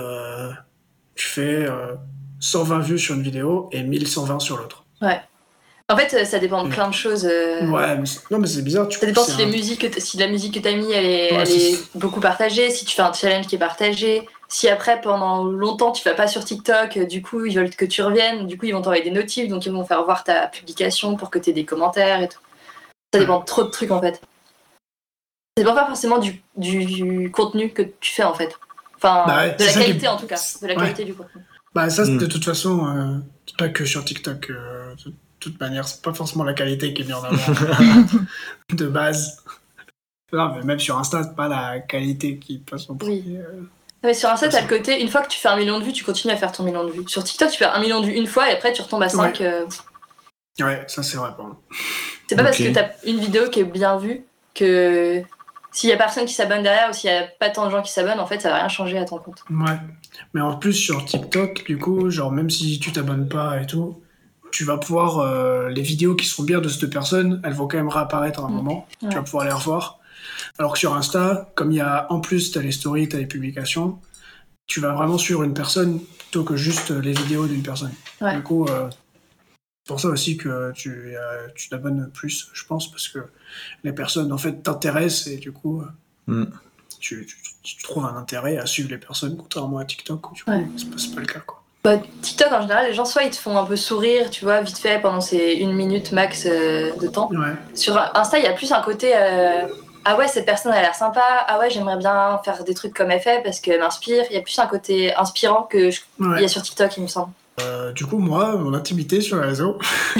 S1: tu fais 120 vues sur une vidéo et 1120 sur l'autre.
S3: Ouais. En fait, ça dépend de plein de choses.
S1: Ouais, mais c'est bizarre.
S3: Ça dépend si la musique que t'as mis, elle est beaucoup partagée, si tu fais un challenge qui est partagé, si après, pendant longtemps, tu vas pas sur TikTok, du coup, ils veulent que tu reviennes, du coup, ils vont t'envoyer des notifs, donc ils vont faire voir ta publication pour que t'aies des commentaires et tout. Ça dépend de trop de trucs, en fait. Ça dépend pas forcément du contenu que tu fais, en fait. Enfin, de la qualité, en tout cas. De la qualité du contenu.
S1: Bah, ça, de toute façon, c'est pas que sur TikTok. De toute manière, c'est pas forcément la qualité qui est mise en avant de base. Non, mais même sur Insta, c'est pas la qualité qui passe en premier.
S3: Oui. Mais sur Insta, t'as le côté, une fois que tu fais 1 million de vues, tu continues à faire ton 1 million de vues. Sur TikTok, tu fais 1 million de vues une fois et après tu retombes à 5.
S1: Ouais, ça c'est vrai. Bon.
S3: C'est pas parce que t'as une vidéo qui est bien vue que s'il y a personne qui s'abonne derrière ou s'il y a pas tant de gens qui s'abonnent, en fait, ça va rien changer à ton compte.
S1: Ouais. Mais en plus, sur TikTok, du coup, genre, même si tu t'abonnes pas et tout, tu vas pouvoir, les vidéos qui sont bien de cette personne, elles vont quand même réapparaître à un moment. Ouais. Tu vas pouvoir les revoir. Alors que sur Insta, comme il y a en plus t'as les stories, t'as les publications, tu vas vraiment suivre une personne plutôt que juste les vidéos d'une personne.
S3: Ouais.
S1: Du coup, c'est pour ça aussi que tu t'abonnes plus, je pense, parce que les personnes en fait t'intéressent et du coup tu trouves un intérêt à suivre les personnes, contrairement à TikTok où du coup c'est pas le cas, quoi.
S3: Bah, TikTok en général, les gens soit ils te font un peu sourire, tu vois, vite fait pendant ces 1 minute max de temps.
S1: Ouais.
S3: Sur Insta, il y a plus un côté ah ouais, cette personne a l'air sympa, ah ouais, j'aimerais bien faire des trucs comme elle fait parce qu'elle m'inspire. Il y a plus un côté inspirant que il y a sur TikTok, il me semble.
S1: Du coup, moi, mon intimité sur les réseaux,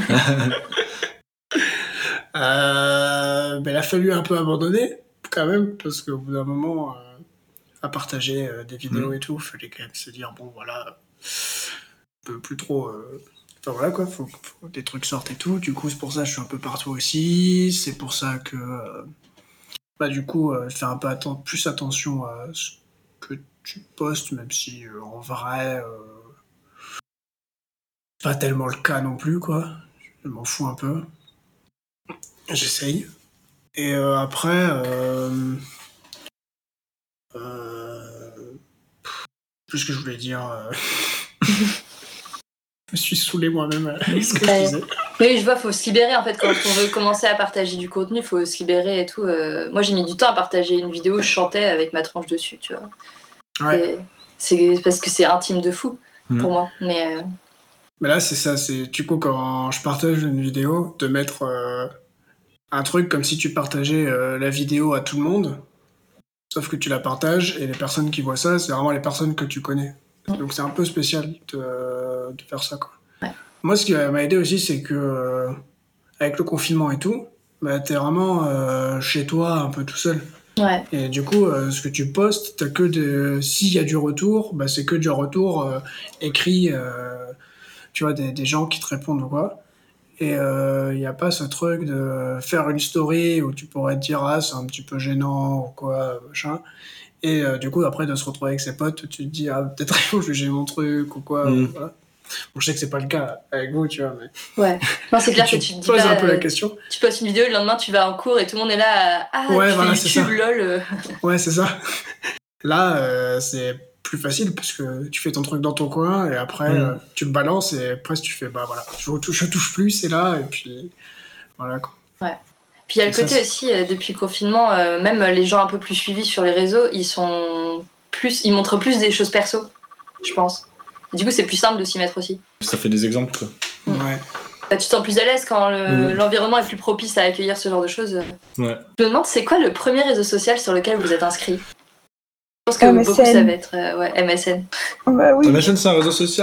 S1: il a fallu un peu abandonner quand même parce qu'au bout d'un moment, à partager des vidéos et tout, il fallait quand même se dire bon voilà, on peut plus trop. Enfin voilà quoi, faut des trucs sortent et tout. Du coup, c'est pour ça que je suis un peu partout aussi. C'est pour ça que du coup, faire un peu plus attention à ce que tu postes, même si en vrai, pas tellement le cas non plus quoi. Je m'en fous un peu. J'essaye. Et après, plus ce que je voulais dire. Je me suis saoulé moi-même avec ce que je disais.
S3: Oui, je vois, faut se libérer en fait quand on veut commencer à partager du contenu, faut se libérer et tout. Moi, j'ai mis du temps à partager une vidéo où je chantais avec ma tranche dessus, tu vois.
S1: Ouais.
S3: C'est parce que c'est intime de fou pour moi. Mais
S1: là, c'est ça. C'est du coup quand je partage une vidéo, de mettre un truc comme si tu partageais la vidéo à tout le monde, sauf que tu la partages et les personnes qui voient ça, c'est vraiment les personnes que tu connais. Donc c'est un peu spécial de faire ça, quoi.
S3: Ouais.
S1: Moi, ce qui m'a aidé aussi, c'est que avec le confinement et tout, t'es vraiment chez toi un peu tout seul.
S3: Ouais.
S1: Et du coup, ce que tu postes, t'as que s'il y a du retour, c'est que du retour écrit, tu vois, des gens qui te répondent ou quoi. Et il n'y a pas ce truc de faire une story où tu pourrais te dire ah c'est un petit peu gênant ou quoi machin. Et du coup après de se retrouver avec ses potes, tu te dis ah peut-être il faut juger mon truc ou quoi. Voilà. Bon, je sais que c'est pas le cas avec vous, tu vois, mais
S3: ouais. Non, c'est clair que tu te dis
S1: poses
S3: pas,
S1: un peu la question.
S3: Tu postes une vidéo, le lendemain tu vas en cours et tout le monde est là
S1: ouais,
S3: tu
S1: voilà,
S3: fais YouTube, lol.
S1: Ouais, c'est ça. Là, c'est plus facile parce que tu fais ton truc dans ton coin et après tu le balances et après tu fais bah voilà, je touche plus, c'est là et puis voilà quoi.
S3: Ouais. Puis il y a le côté aussi, depuis le confinement, même les gens un peu plus suivis sur les réseaux, ils montrent plus des choses perso, je pense. Et du coup, c'est plus simple de s'y mettre aussi.
S2: Ça fait des exemples, quoi.
S1: Ouais.
S3: Tu te sens plus à l'aise quand l'environnement est plus propice à accueillir ce genre de choses.
S2: Ouais.
S3: Je me demande, c'est quoi le premier réseau social sur lequel vous êtes inscrit ? Je pense que beaucoup, ça va être MSN.
S4: Bah oui.
S2: MSN, c'est un réseau social ?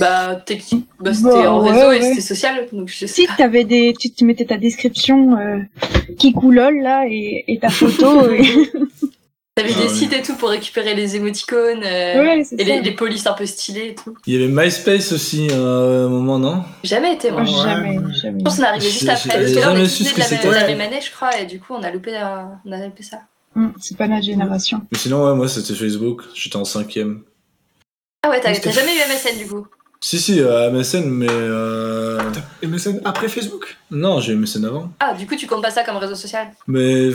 S3: C'était en réseau et c'était social. Donc je sais
S4: si,
S3: pas.
S4: tu mettais ta description Kikoulol là et ta photo.
S3: T'avais des sites et tout pour récupérer les émoticônes et les polices un peu stylées et tout.
S2: Il y avait MySpace aussi à un moment, non ?
S3: Jamais été, moi.
S4: Jamais.
S3: Je pense qu'on est arrivé juste après. Parce que là, on est tous de la même année, je crois, et du coup, on a loupé ça.
S4: C'est pas notre génération.
S2: Mais sinon, ouais, moi, c'était Facebook. J'étais en 5ème.
S3: Ah ouais, t'as jamais eu MSN, du coup ?
S2: Si, MSN, mais...
S1: MSN après Facebook ?
S2: Non, j'ai eu MSN avant.
S3: Ah, du coup, tu comptes pas ça comme réseau social ?
S2: Mais,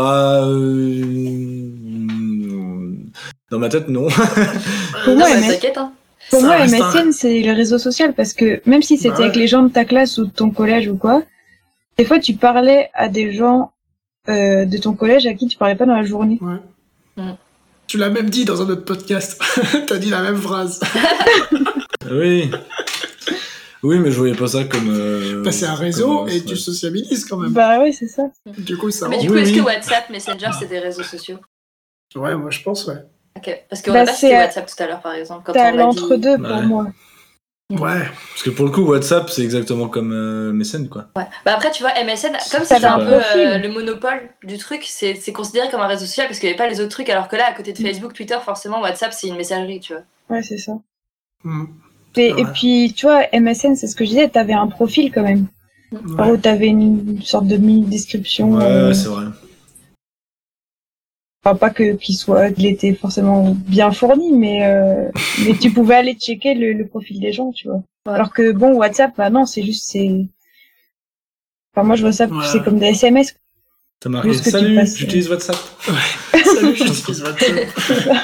S2: dans ma tête, non.
S4: Pour moi,
S3: t'inquiète, hein.
S4: Pour moi, MSN, c'est le réseau social parce que même si c'était avec les gens de ta classe ou de ton collège ou quoi, des fois, tu parlais à des gens de ton collège à qui tu parlais pas dans la journée.
S1: Ouais. Tu l'as même dit dans un autre podcast. T'as dit la même phrase.
S2: Oui, mais je voyais pas ça comme...
S1: c'est un réseau et tu sociabilises quand même.
S4: Bah oui, c'est ça.
S1: Du coup, ça...
S3: Mais du coup, est-ce que WhatsApp, Messenger, c'est des réseaux sociaux ?
S1: Ouais, moi je pense, ouais.
S3: Ok, parce qu'on a pas cité WhatsApp tout à l'heure, par exemple. Quand
S4: t'as l'entre-deux pour moi.
S1: Ouais.
S2: Parce que pour le coup, WhatsApp, c'est exactement comme MSN, quoi.
S3: Ouais. Bah après, tu vois, MSN, comme c'était un peu le monopole du truc, c'est considéré comme un réseau social parce qu'il n'y avait pas les autres trucs, alors que là, à côté de Facebook, Twitter, forcément, WhatsApp, c'est une messagerie, tu vois.
S4: Ouais, c'est ça. Et puis, tu vois, MSN, c'est ce que je disais, t'avais un profil quand même. Où t'avais une sorte de mini-description.
S2: Ouais, c'est vrai.
S4: Enfin, pas qu'il était forcément bien fourni, mais tu pouvais aller checker le profil des gens, tu vois. Ouais. Alors que bon, WhatsApp, bah non, c'est juste, enfin, moi je vois ça, c'est comme des SMS.
S2: T'as marqué
S4: Juste que tu
S2: salut,
S4: passes,
S2: j'utilise WhatsApp.
S1: Salut, j'utilise WhatsApp.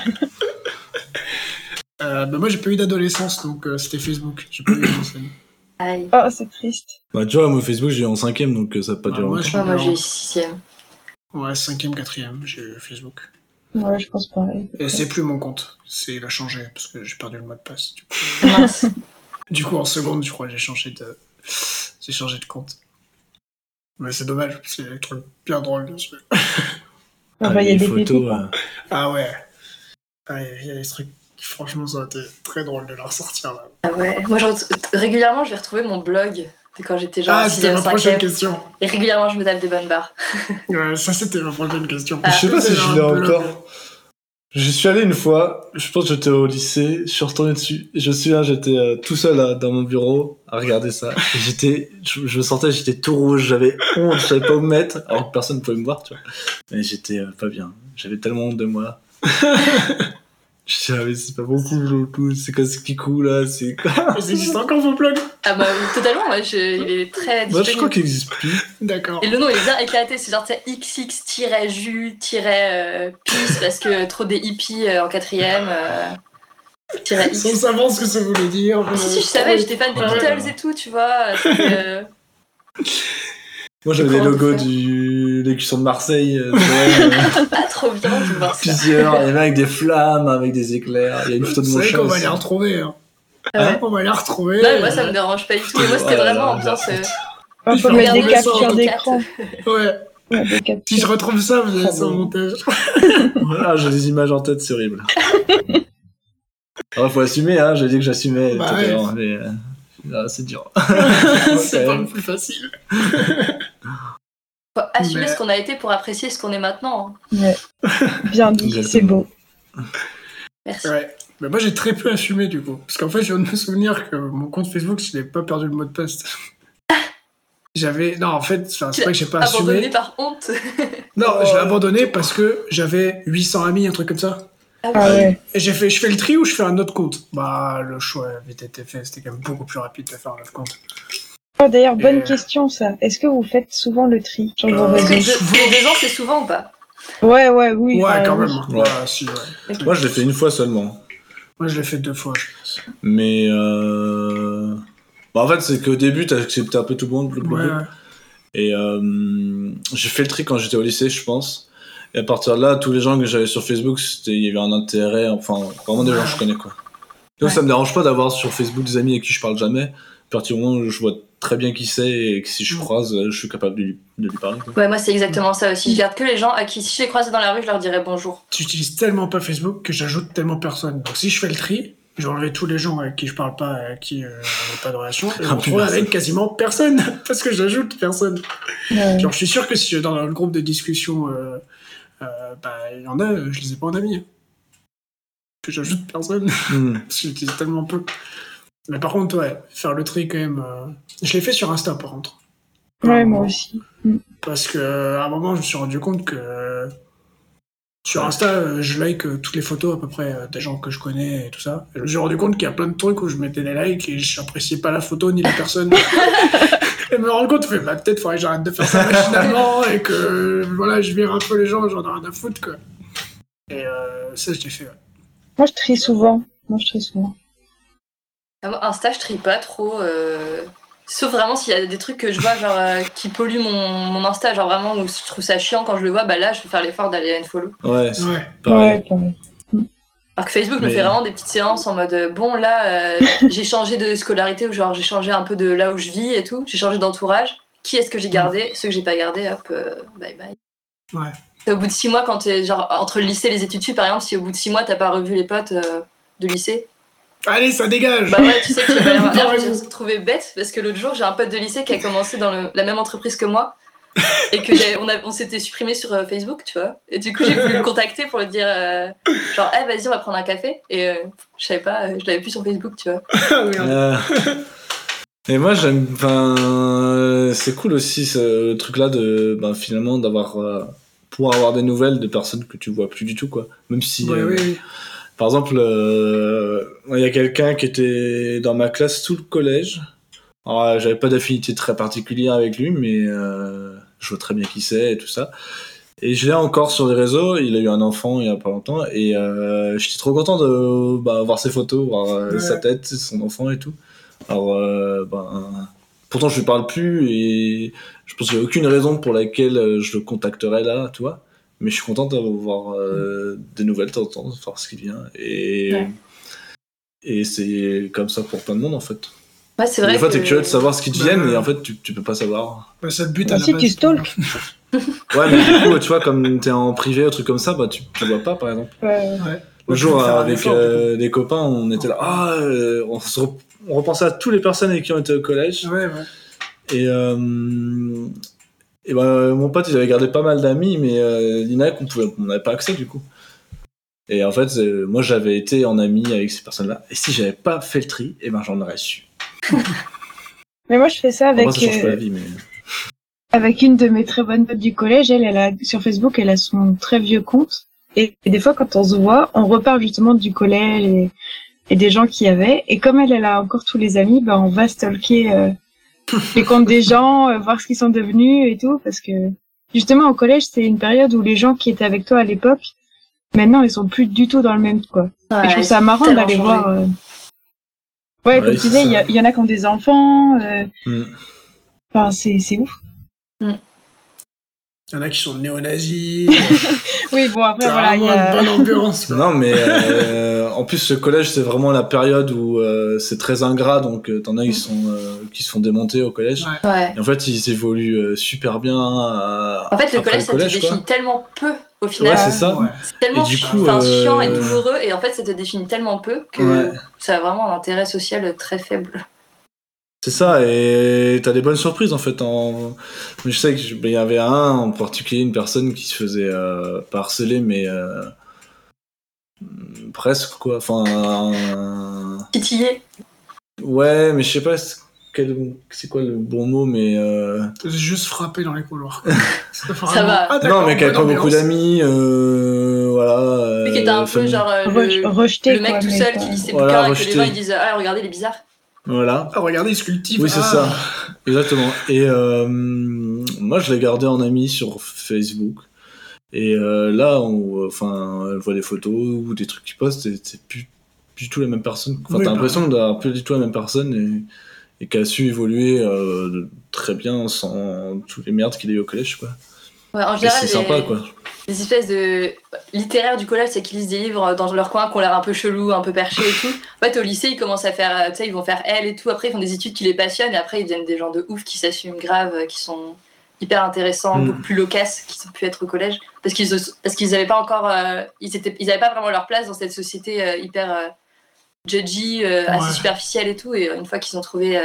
S1: Moi, j'ai pas eu d'adolescence, donc c'était Facebook. J'ai pas eu d'adolescence.
S3: Aïe.
S4: Oh, c'est triste.
S2: Bah, tu vois, moi, Facebook, j'ai eu en 5ème, donc ça a pas
S1: Ouais,
S2: duré
S1: moi,
S2: longtemps.
S1: je-
S3: Moi, j'ai eu 6ème.
S1: Ouais, 5ème, 4ème, j'ai eu Facebook.
S4: Ouais, je pense pareil.
S1: Et c'est plus mon compte. Il a changé, parce que j'ai perdu le mot de passe.
S3: Mince.
S1: Du coup, en seconde, je crois, j'ai changé de compte. Mais c'est dommage, parce qu'il y a des trucs bien drôles dessus.
S4: Ah, bah, il y a
S2: les
S4: des
S2: photos.
S4: pépites, hein.
S1: Ah ouais. Ah, il y a des trucs qui, franchement, ça aurait été très drôle de la ressortir, là.
S3: Ah ouais. Moi, régulièrement, je vais retrouver mon blog de quand j'étais genre
S1: Ah,
S3: en
S1: c'était
S3: 6ème,
S1: ma prochaine
S3: 5ème.
S1: question.
S3: Et régulièrement, je me tape des bonnes barres.
S1: Ouais, ça, c'était ma prochaine question.
S3: Ah.
S2: Je sais pas si
S1: C'est
S2: je
S1: un
S2: l'ai
S1: blog.
S2: encore. Je suis allé une fois, je pense que j'étais au lycée, je suis retourné dessus, et je me souviens, j'étais tout seul là, dans mon bureau à regarder ça. Et je me sentais, j'étais tout rouge, j'avais honte, je savais pas où me mettre, alors que personne ne pouvait me voir, tu vois. Mais j'étais pas bien, j'avais tellement honte de moi. Je disais, ah, mais c'est pas beaucoup, c'est quoi ce qui coule là, c'est quoi?
S1: Et ça existe encore vos blogs?
S3: Ah bah oui, totalement, ouais, il est très
S2: Moi, je crois
S3: disponible.
S2: qu'il existe plus.
S1: D'accord.
S3: Et le nom il est bien éclaté, c'est genre XX-ju-pis parce que trop des hippies en 4ème.
S1: Sans
S3: X.
S1: savoir ce que ça voulait dire.
S3: Si, je savais, j'étais fan des
S1: Ouais.
S3: Beatles et tout, tu vois. C'était,
S2: Moi, j'avais
S3: C'est
S2: les
S3: comment
S2: logos
S3: on fait
S2: de l'écution de Marseille, tu vois,
S3: pas trop bien de voir ça.
S2: plusieurs, il y avait avec des flammes, avec des éclairs, il y a une photo de
S1: Vous
S2: mon
S1: savez
S2: chat
S1: qu'on va
S2: aussi.
S1: les retrouver. Hein.
S3: Ouais.
S1: On va les retrouver.
S3: Non, mais moi ça me dérange pas du tout. Et moi c'était
S2: Oh là
S3: vraiment
S2: là,
S3: ambiance.
S4: Il faut
S1: Je
S4: mettre
S1: vais
S4: des
S1: regarder ça en
S4: captures
S3: podcast.
S4: d'écran.
S1: Ouais.
S4: Ouais, des
S1: Si je
S4: captures.
S1: retrouve ça, vous allez
S2: Oh,
S1: ça au
S2: bon.
S1: montage.
S2: Voilà, j'ai des images en tête, c'est horrible. Alors, faut assumer, hein, j'ai dit que j'assumais
S1: Bah
S2: tout à
S1: ouais.
S2: l'heure, mais c'est dur.
S1: C'est
S2: quand
S1: pas
S2: même.
S1: le plus facile.
S3: Faut assumer
S1: Mais-
S3: ce qu'on a été pour apprécier ce qu'on est maintenant. Hein.
S4: Ouais. Bien dit,
S2: Exactement.
S4: c'est beau.
S3: Merci.
S1: Ouais. Mais moi j'ai très peu assumé du coup. Parce qu'en fait je viens de me souvenir que mon compte Facebook, je n'ai pas perdu le mot de passe. Non, en fait, c'est pas que j'ai pas
S3: Abandonné
S1: assumé.
S3: par honte.
S1: Non,
S2: Oh.
S1: je l'ai abandonné parce que j'avais 800 amis, un truc comme ça.
S3: Ah
S4: Ah ouais.
S1: Et je fais le tri ou je fais un autre compte? Bah, le choix a vite été fait, c'était quand même beaucoup plus rapide de faire un autre compte.
S4: Oh, d'ailleurs, bonne
S1: Et-
S4: question, ça. Est-ce que vous faites souvent le tri sur vos
S3: Est-ce que
S4: réseaux?
S3: tous les 2 ans c'est souvent ou pas?
S4: Ouais, oui.
S1: Ouais, quand
S4: oui.
S1: même.
S2: Ouais.
S1: Ouais, si, ouais.
S2: Moi, je l'ai fait une fois seulement.
S1: Moi, je l'ai fait 2 fois, je pense.
S2: Mais bah, en fait, c'est qu'au début, t'as accepté un peu tout le monde.
S1: Ouais, ouais.
S2: Et j'ai fait le tri quand j'étais au lycée, je pense. Et à partir de là, tous les gens que j'avais sur Facebook, il y avait un intérêt, enfin, vraiment des gens que je connais, quoi. Donc
S1: Ouais.
S2: ça me dérange pas d'avoir sur Facebook des amis avec qui je parle jamais. À partir du moment où je vois très bien qui c'est et que si je croise, je suis capable de lui parler, quoi.
S3: Ouais, moi c'est exactement ça aussi. Je garde que les gens à qui, si je les croisais dans la rue, je leur dirais bonjour.
S1: J'utilise tellement pas Facebook que j'ajoute tellement personne. Donc si je fais le tri, je vais enlever tous les gens avec qui je parle pas, avec qui on n'a pas de relation, et je me
S2: Ah, plus
S1: retrouve
S2: personne.
S1: avec quasiment personne, parce que j'ajoute personne.
S4: Ouais.
S1: Genre, je suis sûr que si je suis dans le groupe de discussion, bah, il y en a, je les ai pas en amis. Que j'ajoute personne,
S2: Hmm.
S1: parce que j'utilise tellement peu. Mais par contre, ouais, faire le tri quand même. Je l'ai fait sur Insta, par contre.
S4: Ouais, moi aussi.
S1: Parce que à un moment, je me suis rendu compte que sur Insta, je like toutes les photos à peu près des gens que je connais et tout ça. Et je me suis rendu compte qu'il y a plein de trucs où je mettais des likes et j'appréciais pas la photo ni la personne. Et me rendre compte, bah, peut-être faudrait que j'arrête de faire ça machinalement et que voilà, je vire un peu les gens, j'en ai rien à foutre, quoi. Et ça, je l'ai fait, ouais.
S4: Moi, je trie souvent.
S3: Ah, moi, Insta, je trie pas trop. Sauf vraiment s'il y a des trucs que je vois genre qui polluent mon Insta, genre vraiment où je trouve ça chiant quand je le vois, bah là je vais faire l'effort d'aller unfollow.
S2: Ouais, c'est
S1: Ouais.
S2: pareil.
S4: Ouais, pareil.
S3: Alors que Facebook me
S2: Mais-
S3: fait vraiment des petites séances en mode bon là j'ai changé de scolarité ou genre j'ai changé un peu de là où je vis et tout, j'ai changé d'entourage. Qui est-ce que j'ai gardé? Ceux que j'ai pas gardé, hop, bye bye.
S1: Ouais.
S3: Et au bout de 6 mois, quand t'es genre entre le lycée et les études sup, par exemple, si au bout de 6 mois t'as pas revu les potes de lycée,
S1: Allez, ça dégage!
S3: bah ouais, tu sais que tu vas y avoir.
S1: T'as
S3: D'ailleurs, je me
S1: raison.
S3: suis retrouvée bête parce que l'autre jour, j'ai un pote de lycée qui a commencé dans la même entreprise que moi et que on s'était supprimé sur Facebook, tu vois. Et du coup, j'ai voulu le contacter pour lui dire genre, eh, vas-y, on va prendre un café. Et je savais pas, je l'avais plus sur Facebook, tu vois.
S1: Ah, merde.
S2: Et moi j'aime, c'est cool aussi ce truc-là de, finalement d'avoir, pouvoir avoir des nouvelles de personnes que tu vois plus du tout, quoi. Même si,
S1: Ouais, oui.
S2: par exemple, il y a quelqu'un qui était dans ma classe tout le collège. Alors, j'avais pas d'affinité très particulière avec lui, mais je vois très bien qui c'est et tout ça. Et je l'ai encore sur les réseaux, il a eu un enfant il y a pas longtemps, et j'étais trop content de voir ses photos, voir sa tête, son enfant et tout. Alors, pourtant je lui parle plus, et je pense qu'il n'y a aucune raison pour laquelle je le contacterais là, tu vois. Mais je suis content d'avoir des nouvelles de temps en temps, de voir ce qui vient. Et c'est comme ça pour plein de monde, en fait.
S3: Ouais, c'est vrai.
S2: Des fois, t'es curieux de savoir ce qui te viennent, et en fait, tu peux pas savoir.
S1: C'est le but à la
S4: Ensuite,
S1: base.
S4: tu stalks.
S2: Ouais, mais du coup, tu vois, comme t'es en privé, un truc comme ça, tu vois pas, par exemple.
S1: Ouais.
S2: Le jour, avec des copains, on était là, on repensait à toutes les personnes avec qui on était au collège.
S1: Ouais.
S2: Et mon pote, il avait gardé pas mal d'amis, mais il y en a qu'on n'avait pas accès, du coup. Et en fait, moi, j'avais été en ami avec ces personnes-là. Et si j'avais pas fait le tri, j'en aurais su.
S4: Mais moi, je fais ça avec...
S2: ça change pas la vie, mais...
S4: Avec une de mes très bonnes potes du collège, elle a, sur Facebook, elle a son très vieux compte. Et des fois, quand on se voit, on reparle justement du collège et des gens qu'il y avait. Et comme elle a encore tous les amis, on va stalker les comptes des gens, voir ce qu'ils sont devenus et tout. Parce que, justement, au collège, c'est une période où les gens qui étaient avec toi à l'époque, maintenant, ils sont plus du tout dans le même, quoi.
S3: Ouais,
S4: et je trouve ça marrant d'aller voir... Ouais, comme tu disais, il y en a qui ont des enfants. Enfin, c'est ouf.
S1: Il y en a qui sont néo-nazis.
S4: Oui, bon, après, voilà,
S1: il y a une bonne ambiance.
S2: Non, mais en plus, le collège, c'est vraiment la période où c'est très ingrat, donc t'en as qui se font démonter au collège.
S3: Ouais.
S2: Et en fait, ils évoluent super bien.
S3: En fait, le collège, ça te définit tellement peu, au final.
S2: Ouais, c'est ça.
S1: Ouais.
S3: C'est tellement chiant et douloureux, et en fait, ça te définit tellement peu que ça a vraiment un intérêt social très faible.
S2: C'est ça, et t'as des bonnes surprises en fait. Je sais qu'il y avait en particulier, une personne qui se faisait pas harceler, mais presque quoi. Enfin.
S3: Titillé.
S2: Ouais, mais je sais pas c'est quoi le bon mot, mais.
S1: C'est juste frapper dans les couloirs.
S3: Ça va.
S1: Ah,
S2: non, mais qui avait pas beaucoup d'amis, voilà.
S3: Lui qui était un peu genre
S4: rejeté,
S3: le mec
S4: quoi,
S3: tout seul qui lit ses
S2: voilà,
S3: bouquins et
S2: rejeté.
S3: que les gens ils disent ah regardez il est bizarre.
S2: Voilà.
S1: Ah, regardez, il se cultive.
S2: Oui, c'est ça. Exactement. Et moi, je l'ai gardé en ami sur Facebook. Et là, elle voit des photos ou des trucs qu'il poste, et c'est plus du tout la même personne. Enfin, t'as l'impression d'avoir plus du tout la même personne et qu'elle a su évoluer très bien sans toutes les merdes qu'il a eu au collège, quoi.
S3: Ouais, en général,
S2: c'est sympa, quoi.
S3: Les espèces de littéraires du collège, c'est qu'ils lisent des livres dans leur coin qui ont l'air un peu chelous, un peu perchés et tout. En fait, au lycée, ils commencent à faire, tu sais, ils vont faire L et tout. Après, ils font des études qui les passionnent et après, ils deviennent des gens de ouf qui s'assument grave, qui sont hyper intéressants, beaucoup plus loquaces qu'ils ont pu être au collège. Parce qu'ils avaient pas encore, ils avaient pas vraiment leur place dans cette société hyper judgy, assez superficielle et tout. Et une fois qu'ils ont trouvé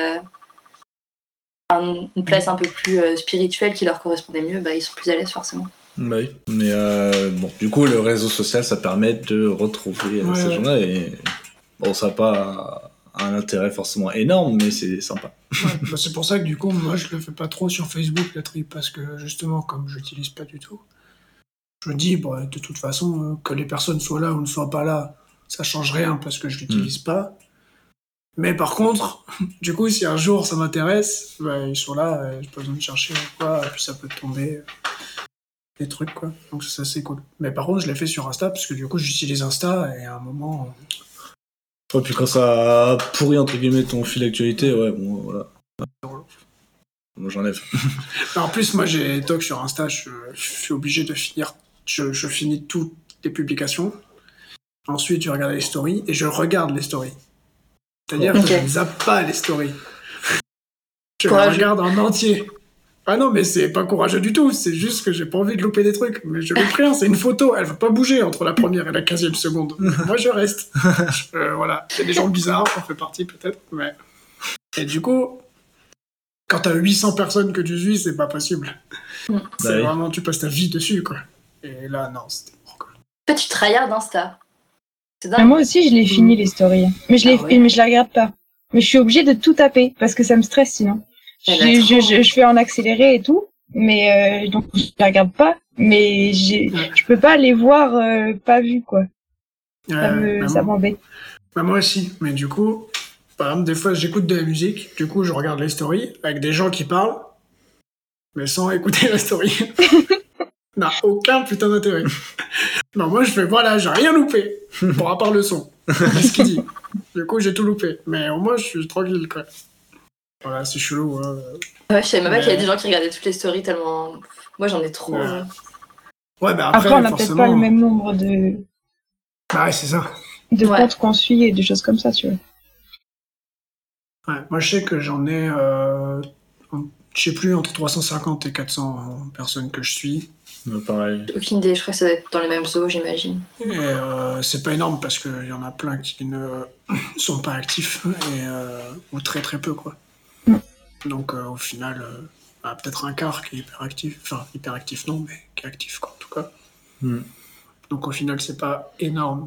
S3: une place un peu plus spirituelle qui leur correspondait mieux, ils sont plus à l'aise forcément.
S2: Bah oui, mais du coup, le réseau social, ça permet de retrouver ces gens-là, et bon, ça n'a pas un intérêt forcément énorme, mais c'est sympa.
S1: Ouais, c'est pour ça que du coup, moi, je le fais pas trop sur Facebook, la tri, parce que justement, comme je l'utilise pas du tout, je me dis, de toute façon, que les personnes soient là ou ne soient pas là, ça change rien, parce que je l'utilise pas. Mais par contre, du coup, si un jour ça m'intéresse, ils sont là, j'ai pas besoin de chercher quoi, et puis ça peut tomber des trucs, quoi. Donc ça, c'est cool. Mais par contre, je l'ai fait sur Insta, parce que du coup, j'utilise Insta, et à un moment...
S2: Ouais, puis quand ça pourrit, entre guillemets, ton fil d'actualité, voilà. Moi, j'enlève.
S1: En plus, moi, j'ai toc sur Insta, je suis obligé de finir... Je finis toutes les publications. Ensuite, je regarde les stories, et je regarde les stories. C'est-à-dire que je ne zappe pas les stories. Je les regarde en entier. Ah non, mais c'est pas courageux du tout, c'est juste que j'ai pas envie de louper des trucs. Mais je loupe rien, c'est une photo, elle va pas bouger entre la première et la 15e seconde. Moi, je reste. Voilà, il y a des gens bizarres, j'en fais partie peut-être, mais... Et du coup, quand t'as 800 personnes que tu suis, c'est pas possible. C'est vraiment, tu passes ta vie dessus, quoi. Et là, non, c'était mort, quoi.
S3: En fait, tu tryhardes Insta.
S4: Moi aussi, je l'ai fini, les stories. Mais je la regarde pas. Mais je suis obligée de tout taper, parce que ça me stresse sinon. Je fais en accéléré et tout, mais donc je la regarde pas, mais je peux pas les voir pas vues, quoi. Ça m'embête.
S1: Moi aussi, mais du coup, par exemple, des fois j'écoute de la musique, du coup je regarde les stories avec des gens qui parlent, mais sans écouter la story. N'a aucun putain d'intérêt. Non, moi je fais voilà, j'ai rien loupé. Bon, à part le son. C'est ce qu'il dit. Du coup, j'ai tout loupé. Mais au moins, je suis tranquille, quoi. Voilà, c'est chelou. Hein.
S3: Ouais, je savais même pas qu'il y avait des gens qui regardaient toutes les stories tellement. Moi, j'en ai trop.
S1: Ouais, bah
S4: Après, on n'a peut-être pas le
S1: forcément...
S4: même nombre de
S1: Bah ouais, c'est ça.
S4: comptes qu'on suit et des choses comme ça, tu vois.
S1: Ouais, moi, je sais que j'en ai, je sais plus, entre 350 et 400 personnes que je suis.
S2: Pareil.
S3: Aucune idée, je crois que ça doit être dans les mêmes eaux, j'imagine.
S1: Et c'est pas énorme parce qu'il y en a plein qui ne sont pas actifs ou très très peu, quoi. Donc au final, peut-être un quart qui est hyper actif. Enfin, hyper actif non, mais qui est actif, quoi, en tout cas. Donc au final, c'est pas énorme.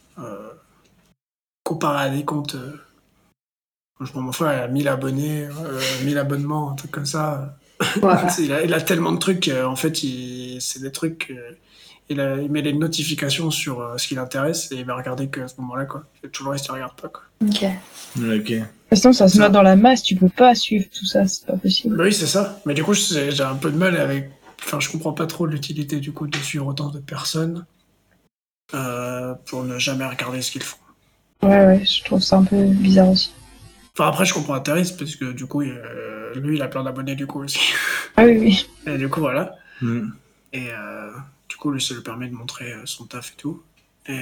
S1: Comparé à des comptes... je prends mon frère, il a 1000 abonnés, 1000 abonnements, un truc comme ça.
S3: Ouais.
S1: il a tellement de trucs, en fait, c'est des trucs... il met les notifications sur ce qui l'intéresse et il va regarder que à ce moment-là, quoi. Et tout le reste, il regarde pas, quoi.
S3: Ok.
S2: Ok.
S4: Sinon, ça se noie dans la masse, tu peux pas suivre tout ça, c'est pas possible.
S1: Bah oui, c'est ça. Mais du coup, j'ai un peu de mal avec... Enfin, je comprends pas trop l'utilité, du coup, de suivre autant de personnes pour ne jamais regarder ce qu'ils font.
S4: Ouais, je trouve ça un peu bizarre aussi.
S1: Enfin, après, je comprends l'intérêt, parce que du coup, lui, il a plein d'abonnés, du coup, aussi.
S4: Ah oui.
S1: Et du coup, voilà. Et du coup, lui, ça lui permet de montrer son taf et tout. Et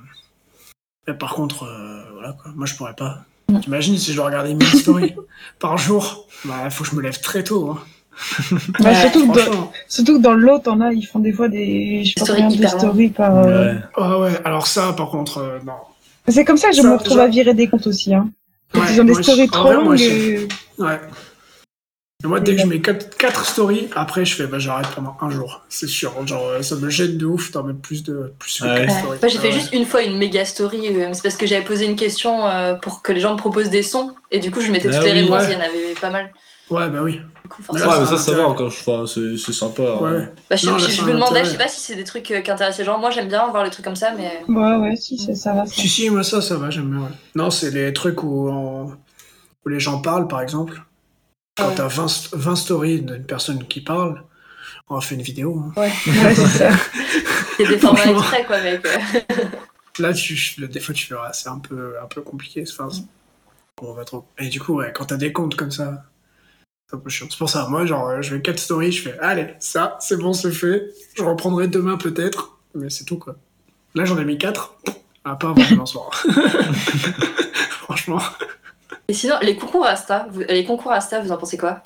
S1: par contre, voilà, quoi. Moi, je pourrais pas. T'imagines si je dois regarder 1000 stories par jour? Bah, faut que je me lève très tôt, hein.
S4: Bah, surtout que dans l'autre, t'en as, ils font des fois des stories par...
S1: Ah ouais, alors ça, par contre, non.
S4: C'est comme ça que je me retrouve à virer des comptes aussi, hein. Quand ils ont des stories trop longues.
S1: Ouais. Et moi, dès que je mets 4 stories, après, je fais, bah, j'arrête pendant un jour. C'est sûr. Genre, ça me gêne de ouf d'en mettre plus que 4 stories.
S3: Moi, j'ai fait juste une fois une méga story. C'est parce que j'avais posé une question pour que les gens me proposent des sons. Et du coup, je mettais toutes les réponses. Il y en avait pas mal.
S1: Ouais, bah oui.
S3: Du coup,
S2: mais ça va encore, je crois. C'est sympa.
S1: Ouais.
S3: Bah, je me demandais, je sais pas si c'est des trucs qui intéressent les gens. Moi, j'aime bien voir les trucs comme ça, mais.
S4: Ouais, si, ça va. Ça.
S1: Si, moi, ça va, j'aime bien. Ouais. Non, c'est les trucs où les gens parlent, par exemple. Quand t'as 20 stories d'une personne qui parle, on fait une vidéo. Hein.
S3: Ouais, c'est ça. Il y a des formats extraits, quoi, mec.
S1: Là, des fois, tu verras, c'est un peu compliqué. Enfin, on va trop. Et du coup, ouais, quand t'as des comptes comme ça, c'est un peu chiant. C'est pour ça, moi, genre, je fais 4 stories, je fais, allez, ça, c'est bon, c'est fait. Je reprendrai demain, peut-être, mais c'est tout, quoi. Là, j'en ai mis 4, à part avant demain soir. Franchement.
S3: Et sinon, les concours Insta, vous en pensez quoi?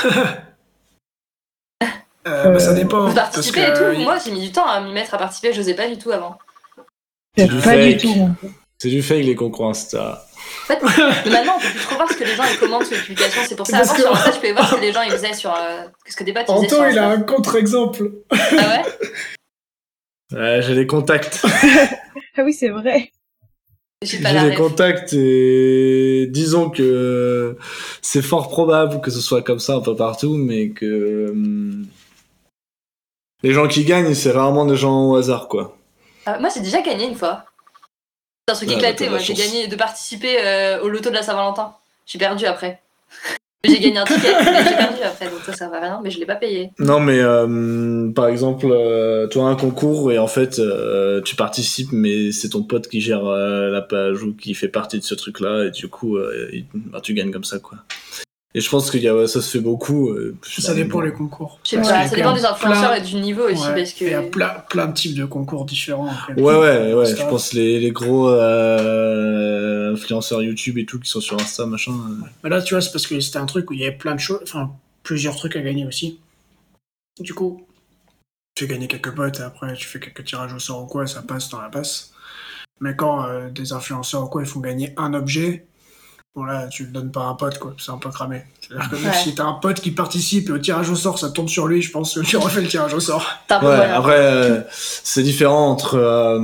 S1: Ça dépend.
S3: Vous participez et tout? Moi, j'ai mis du temps à m'y mettre à participer, je n'osais pas du tout avant.
S4: Pas du tout.
S2: C'est du fake, les concours Insta.
S3: En fait, maintenant, on peut plus trop voir ce que les gens ils commentent sur les publications. C'est pour ça, avant, sur Insta, je pouvais voir ce que les gens ils faisaient sur. Ce que des potes ils faisaient sur Insta.
S1: Anto, il a un contre-exemple.
S3: Ah ouais?
S2: Ouais, j'ai des contacts.
S4: Ah oui, c'est vrai.
S2: J'ai des contacts et disons que c'est fort probable que ce soit comme ça un peu partout, mais que les gens qui gagnent, c'est rarement des gens au hasard, quoi.
S3: Moi, j'ai déjà gagné une fois. C'est un truc éclaté, moi. J'ai gagné de participer au loto de la Saint-Valentin. J'ai perdu après. J'ai gagné un ticket, mais j'ai perdu après, donc ça va rien, mais je l'ai pas payé.
S2: Non, mais par exemple, tu as un concours et en fait, tu participes, mais c'est ton pote qui gère la page ou qui fait partie de ce truc-là, et du coup, tu gagnes comme ça, quoi. Et je pense que ça se fait beaucoup.
S1: Ça dépend les concours.
S3: Je sais pas, ça dépend des influenceurs et du niveau aussi, parce que...
S1: Il y a plein de types de concours différents.
S2: Ouais, je pense les gros influenceurs YouTube et tout qui sont sur Insta, machin.
S1: Bah là, tu vois, c'est parce que c'était un truc où il y avait plein de choses, enfin, plusieurs trucs à gagner aussi. Du coup, tu fais gagner quelques potes, et après, tu fais quelques tirages au sort ou quoi, ça passe dans la passe. Mais quand des influenceurs ou quoi, ils font gagner un objet, bon là, tu le donnes pas à un pote, quoi, c'est un peu cramé. C'est-à-dire que même si t'as un pote qui participe et au tirage au sort, ça tombe sur lui, je pense que tu refais le tirage au sort.
S2: Après, c'est différent entre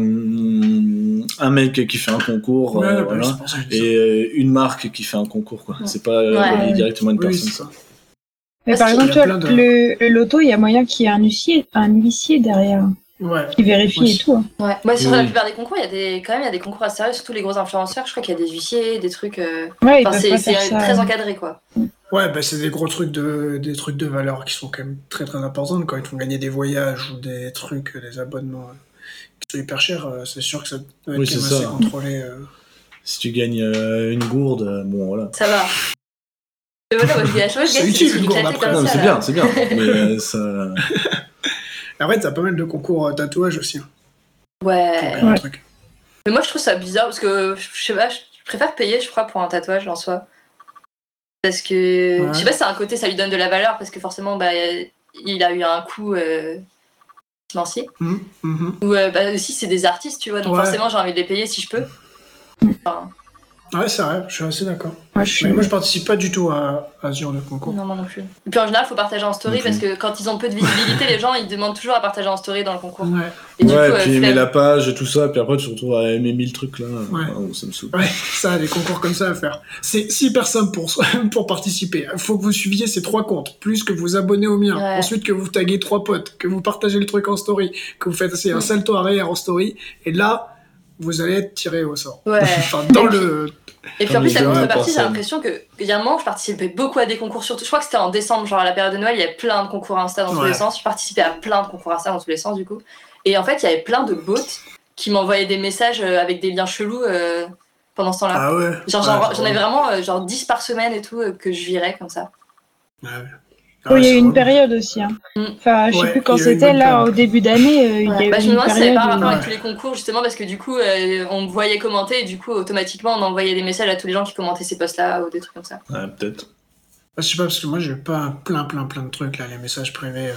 S2: un mec qui fait un concours et une marque qui fait un concours, quoi. C'est pas directement une personne, ça.
S4: Mais par exemple, tu vois, le loto, il y a moyen qu'il y ait un huissier derrière. Qui vérifie et tout. Hein.
S3: Ouais. Moi, sur la plupart des concours, il y a des concours assez sérieux, surtout les gros influenceurs. Je crois qu'il y a des huissiers, des trucs.
S4: C'est
S3: très encadré, quoi.
S1: Ouais, bah c'est des gros trucs des trucs de valeur qui sont quand même très très importants. Quand ils te font gagner des voyages ou des trucs, des abonnements qui sont hyper chers, c'est sûr que ça doit être
S2: Oui,
S1: quand même
S2: c'est
S1: assez
S2: ça.
S1: contrôlé.
S2: Si tu gagnes une gourde, bon voilà.
S3: Ça va. Et voilà, moi je dis à chaque fois,
S1: C'est
S3: je gagne,
S1: utile,
S3: c'est
S1: une gourde,
S3: éclaté
S1: après.
S3: comme
S2: Non, mais
S3: ça.
S2: c'est
S3: là.
S2: bien, c'est bien. Mais ça.
S1: Après, t'as pas mal de concours tatouage aussi. Pour
S3: Ouais.
S1: gagner un truc.
S3: Mais moi je trouve ça bizarre parce que je sais pas, je préfère payer, je crois, pour un tatouage en soi. Parce que
S1: Ouais.
S3: je sais pas si c'est un côté, ça lui donne de la valeur parce que forcément, bah, il a eu un coût financier. Ou bah, aussi, c'est des artistes, tu vois, donc
S1: Ouais.
S3: forcément, j'ai envie de les payer si je peux. Enfin,
S1: Ouais, c'est vrai, je suis assez d'accord.
S4: Moi, je suis...
S1: Mais moi, je participe pas du tout à ce genre de concours.
S3: non, moi non plus. Et puis en général, faut partager en story
S2: Non plus.
S3: parce que quand ils ont peu de visibilité, les gens ils demandent toujours à partager en story dans le concours.
S1: Ouais,
S3: Et du
S2: Ouais,
S3: coup,
S2: et puis aimer
S3: flemme.
S2: la page et tout ça, puis après tu te retrouves à aimer 1000 trucs là.
S1: Ouais.
S2: Oh, ça me saoule.
S1: ouais, ça, des concours comme ça à faire. C'est hyper simple pour participer. Il faut que vous suiviez ces 3 comptes, plus que vous abonnez au mien.
S3: Ouais.
S1: Ensuite, que vous taguez 3 potes, que vous partagez le truc en story, que vous faites aussi un salto arrière en story. Et là, vous allez être tiré au sort.
S3: Ouais.
S1: Enfin, dans le...
S3: Et puis en plus, la
S2: Ouais,
S3: contrepartie, j'ai
S2: personne.
S3: l'impression que il y a un moment, je participais beaucoup à des concours, surtout, je crois que c'était en décembre, genre à la période de Noël, il y avait plein de concours Insta dans tous
S1: Ouais.
S3: les sens. Je participais à plein de concours Insta dans tous les sens, du coup. Et en fait, il y avait plein de bots qui m'envoyaient des messages avec des liens chelous pendant ce temps-là.
S1: Ah ouais.
S3: J'en avais vraiment genre 10 par semaine et tout que je virais comme ça.
S1: Ouais.
S4: Oui, il y a eu
S1: c'est
S4: une
S1: relou.
S4: période aussi. Hein.
S3: Mm.
S4: Enfin, je sais
S1: Ouais,
S4: plus quand
S1: il y a eu une
S4: c'était,
S1: bonne
S4: là,
S1: période.
S4: au début d'année, il y a eu
S3: Bah, je me
S4: une
S3: demande si ça avait
S4: période...
S3: pas un rapport
S1: où-
S3: avec tous les concours, justement, parce que du coup, on me voyait commenter et du coup, automatiquement, on envoyait des messages à tous les gens qui commentaient ces posts-là ou des trucs comme ça.
S2: Ouais, peut-être.
S1: Je sais pas, parce que moi, j'ai pas plein de trucs, là, les messages privés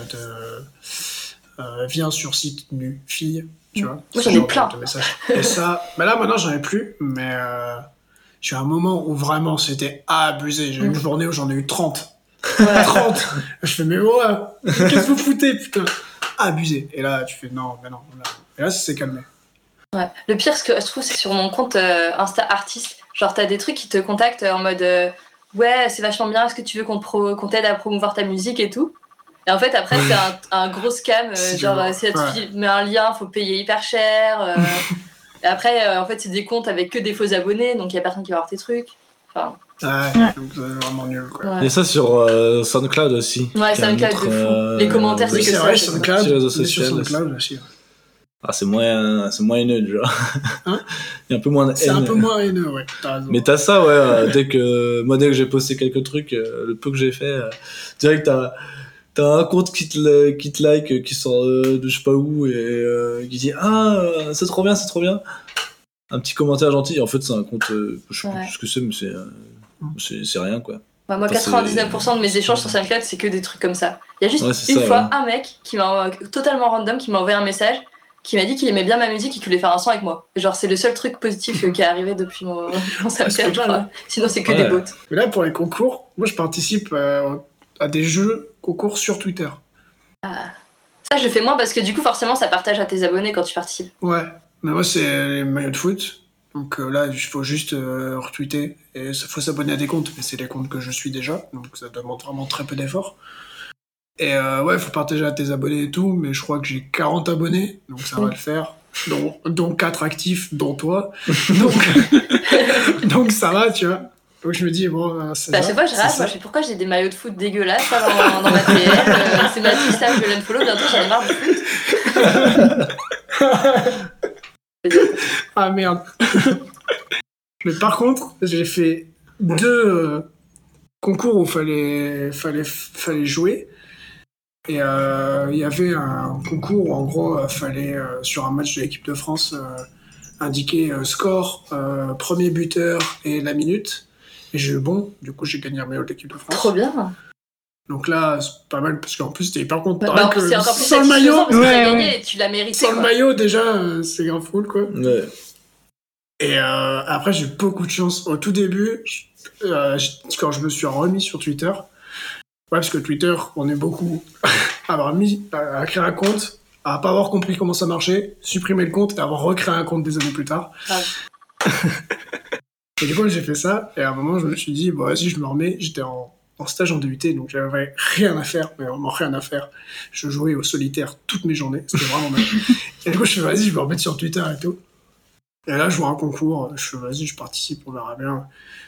S1: viens sur site nu, fille, tu vois.
S3: Moi,
S1: ce
S3: j'en ai
S1: genre
S3: plein.
S1: de messages. Et ça, bah là, maintenant, j'en ai plus, mais j'ai eu un moment où vraiment, c'était abusé. J'ai eu une journée où j'en ai eu 30.
S3: Ouais.
S1: 30. Je fais, mais ouais, qu'est-ce que vous foutez, putain. Abusé. Et là, tu fais, non, mais non. Là. Et là, ça s'est calmé.
S3: Ouais. Le pire, ce que je trouve, c'est que sur mon compte Insta artiste, genre t'as des trucs qui te contactent en mode ouais, c'est vachement bien, est-ce que tu veux qu'on t'aide à promouvoir ta musique et tout. Et en fait, après, c'est un gros scam,
S1: C'est
S3: genre
S1: dur.
S3: si tu
S1: Ouais.
S3: mets un lien, faut payer hyper cher. Et après, en fait, c'est des comptes avec que des faux abonnés, donc il y a personne qui va voir tes trucs. Enfin,
S1: Ouais, donc c'est vraiment nul, quoi.
S3: ouais.
S2: Il y a ça sur SoundCloud aussi.
S3: Ouais,
S2: qui est un
S3: SoundCloud
S2: autre,
S3: de fou. Les commentaires,
S1: Oui,
S3: c'est que
S1: c'est
S3: ça,
S1: vrai,
S3: je sais pas.
S1: SoundCloud,
S2: Sur les réseaux
S1: on est sur
S2: sociaux,
S1: SoundCloud aussi.
S2: Ah, c'est moins haineux, genre.
S1: Hein
S2: Il y a un peu moins de
S1: C'est
S2: haine.
S1: un peu moins haineux, ouais, t'as raison.
S2: Mais t'as ça, ouais. Dès que j'ai posté quelques trucs, le peu que j'ai fait, direct t'as un compte qui te like, qui sort de je sais pas où et qui dit c'est trop bien, c'est trop bien. Un petit commentaire gentil. En fait, c'est un compte, je sais
S3: Ouais.
S2: plus ce que c'est, mais c'est rien, quoi.
S3: Bah, moi,
S2: Enfin,
S3: 99% de mes échanges sur SoundCloud, c'est que des trucs comme ça. Il y a juste
S2: Ouais, c'est
S3: une
S2: ça,
S3: fois
S2: ouais.
S3: un mec qui m'a totalement random qui m'a envoyé un message qui m'a dit qu'il aimait bien ma musique et qu'il voulait faire un son avec moi. Genre, c'est le seul truc positif qui est arrivé depuis mon
S1: c'est
S3: SoundCloud,
S1: pas
S3: je
S1: mal,
S3: crois.
S1: hein.
S3: Sinon, c'est que
S2: Ouais.
S3: des bots.
S1: Mais là, pour les concours, moi, je participe à des jeux concours sur Twitter.
S3: Ça, je le fais moins parce que du coup, forcément, ça partage à tes abonnés quand tu participes.
S1: Ouais, mais moi, c'est les maillots de foot. Donc là, il faut juste retweeter. Et il faut s'abonner à des comptes, mais c'est des comptes que je suis déjà. Donc ça demande vraiment très peu d'efforts. Et ouais, il faut partager à tes abonnés et tout. Mais je crois que j'ai 40 abonnés, donc ça va le faire. Dont 4 actifs, dont toi. Donc ça va, tu vois. Donc je me dis, bon, c'est
S3: Bah, à
S1: ça.
S3: chaque fois, je
S1: c'est
S3: rage.
S1: ça.
S3: Moi, je sais pourquoi j'ai des maillots de foot dégueulasses là, dans ma PL. C'est ma petite stage de l'unfollow. Bientôt, j'en ai marre du foot.
S1: Ah merde. Mais par contre, j'ai fait 2 concours où fallait jouer. Et il y avait un concours où en gros fallait sur un match de l'équipe de France indiquer score, premier buteur et la minute. Et j'ai eu bon, du coup j'ai gagné un maillot de l'équipe de France.
S3: Trop bien.
S1: Donc là c'est pas mal parce qu'en plus t'es hyper content.
S3: Bah, en plus, c'est encore plus
S1: sans le
S3: satisfaisant
S1: maillot,
S3: parce que t'as
S4: Ouais,
S3: gagné et tu l'as mérité.
S1: sans le
S3: Quoi.
S1: maillot déjà c'est grave cool quoi.
S2: Ouais.
S1: Et après, j'ai eu beaucoup de chance. Au tout début, quand je me suis remis sur Twitter, ouais, parce que Twitter, on est beaucoup à créer un compte, à pas avoir compris comment ça marchait, supprimer le compte et avoir recréé un compte des années plus tard.
S3: Grave.
S1: Et du coup, j'ai fait ça. Et à un moment, je me suis dit, bon, vas-y, je me remets. J'étais en stage en DUT, donc j'avais rien à faire, mais vraiment rien à faire. Je jouais au solitaire toutes mes journées. C'était vraiment mal. Et du coup, je fais, vas-y, je vais me remettre sur Twitter et tout. Et là, je vois un concours, je fais, vas-y, je participe, on verra bien.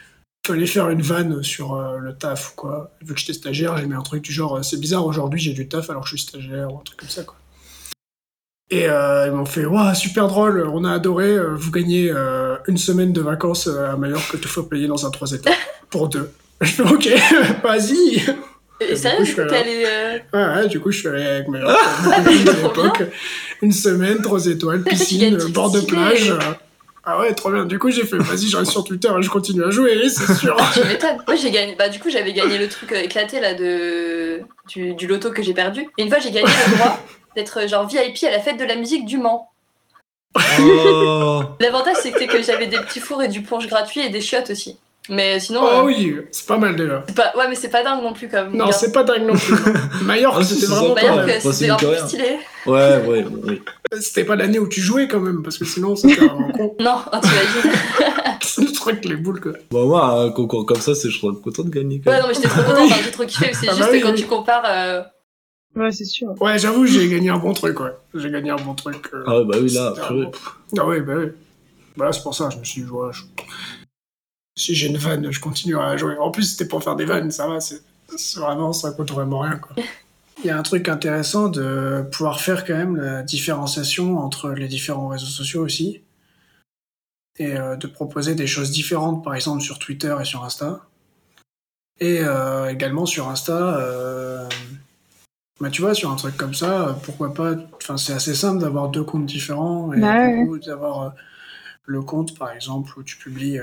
S1: fallait faire une vanne sur le taf ou quoi. Vu que j'étais stagiaire, j'ai mis un truc du genre c'est bizarre, aujourd'hui j'ai du taf alors que je suis stagiaire ou un truc comme ça, quoi. Et ils m'ont fait waouh, super drôle, on a adoré, vous gagnez une semaine de vacances à Majorque, tout faut payer dans un 3 étoiles pour 2. Je fais ok, vas-y.
S3: Et sérieux, du coup, t'es allé.
S1: Ouais, du coup, je suis allé avec ma copine de l'époque. Une semaine, 3 étoiles, piscine, bord de plage. Ah ouais, trop bien. Du coup, j'ai fait, vas-y, je reste sur Twitter et je continue à jouer, c'est sûr.
S3: Tu m'étonnes. Moi, j'ai gagné. Bah, du coup, j'avais gagné le truc éclaté là du loto que j'ai perdu. Et une fois, j'ai gagné le droit d'être genre VIP à la fête de la musique du Mans.
S2: Oh.
S3: L'avantage, c'était que j'avais des petits fours et du punch gratuit et des chiottes aussi. Mais sinon.
S1: Oh oui, c'est pas mal déjà.
S3: Ouais, mais c'est pas dingue non plus comme.
S1: Non, c'est pas dingue non plus. Majorque, c'était vraiment
S3: Majorque,
S1: pas mal.
S3: c'était un peu stylé.
S2: Ouais.
S1: C'était pas l'année où tu jouais quand même, parce que sinon, c'était un con.
S3: Non, t'imagines.
S1: C'est le truc, les boules, quoi.
S2: Bon, moi, un concours comme ça, je serais content de gagner. Quand
S3: Ouais,
S2: même.
S3: non, mais j'étais trop contente, j'ai trop kiffé. C'est juste que quand tu compares.
S4: Ouais, c'est sûr.
S1: Ouais, j'avoue, j'ai gagné un bon truc, ouais. J'ai gagné un bon truc.
S2: Ah ouais, bah oui, là, après.
S1: Ah ouais, bah oui. Bah là, c'est pour ça, je me suis dit, ouais, si j'ai une vanne, je continuerai à jouer. En plus, c'était pour faire des vannes, ça va, c'est vraiment, ça coûte vraiment rien, quoi. Il y a un truc intéressant de pouvoir faire quand même la différenciation entre les différents réseaux sociaux aussi. Et de proposer des choses différentes, par exemple sur Twitter et sur Insta. Et également sur Insta, bah tu vois, sur un truc comme ça, pourquoi pas. Enfin, c'est assez simple d'avoir 2 comptes différents et du coup, d'avoir le compte, par exemple, où tu publies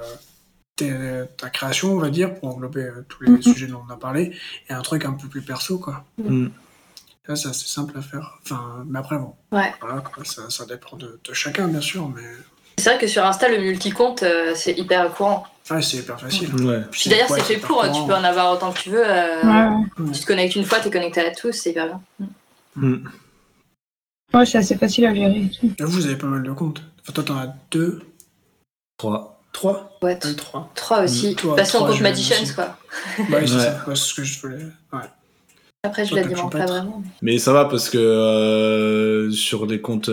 S1: ta création, on va dire, pour englober tous les sujets dont on a parlé, et un truc un peu plus perso, quoi. Ça, c'est assez simple à faire. Enfin, mais après, bon.
S3: Ouais.
S1: Voilà, quoi, ça dépend de chacun, bien sûr, mais.
S3: C'est vrai que sur Insta, le multi-compte, c'est hyper courant.
S1: Ouais, c'est hyper facile.
S2: Ouais.
S3: Puis d'ailleurs, c'est fait pour, tu peux en avoir autant que tu veux. Tu te connectes une fois, t'es connecté à tous, c'est hyper bien.
S4: Ouais, c'est assez facile à gérer.
S1: Vous avez pas mal de comptes. Enfin, toi, t'en as 2.
S2: 3.
S1: 3
S3: Ouais,
S1: 3.
S3: 3 aussi. De toute façon, on compte Magicians, quoi.
S1: Bah oui, c'est ça. Ouais, c'est ce que je voulais. Ouais.
S3: Après, je l'alimente pas vraiment.
S2: Mais ça va parce que sur des comptes.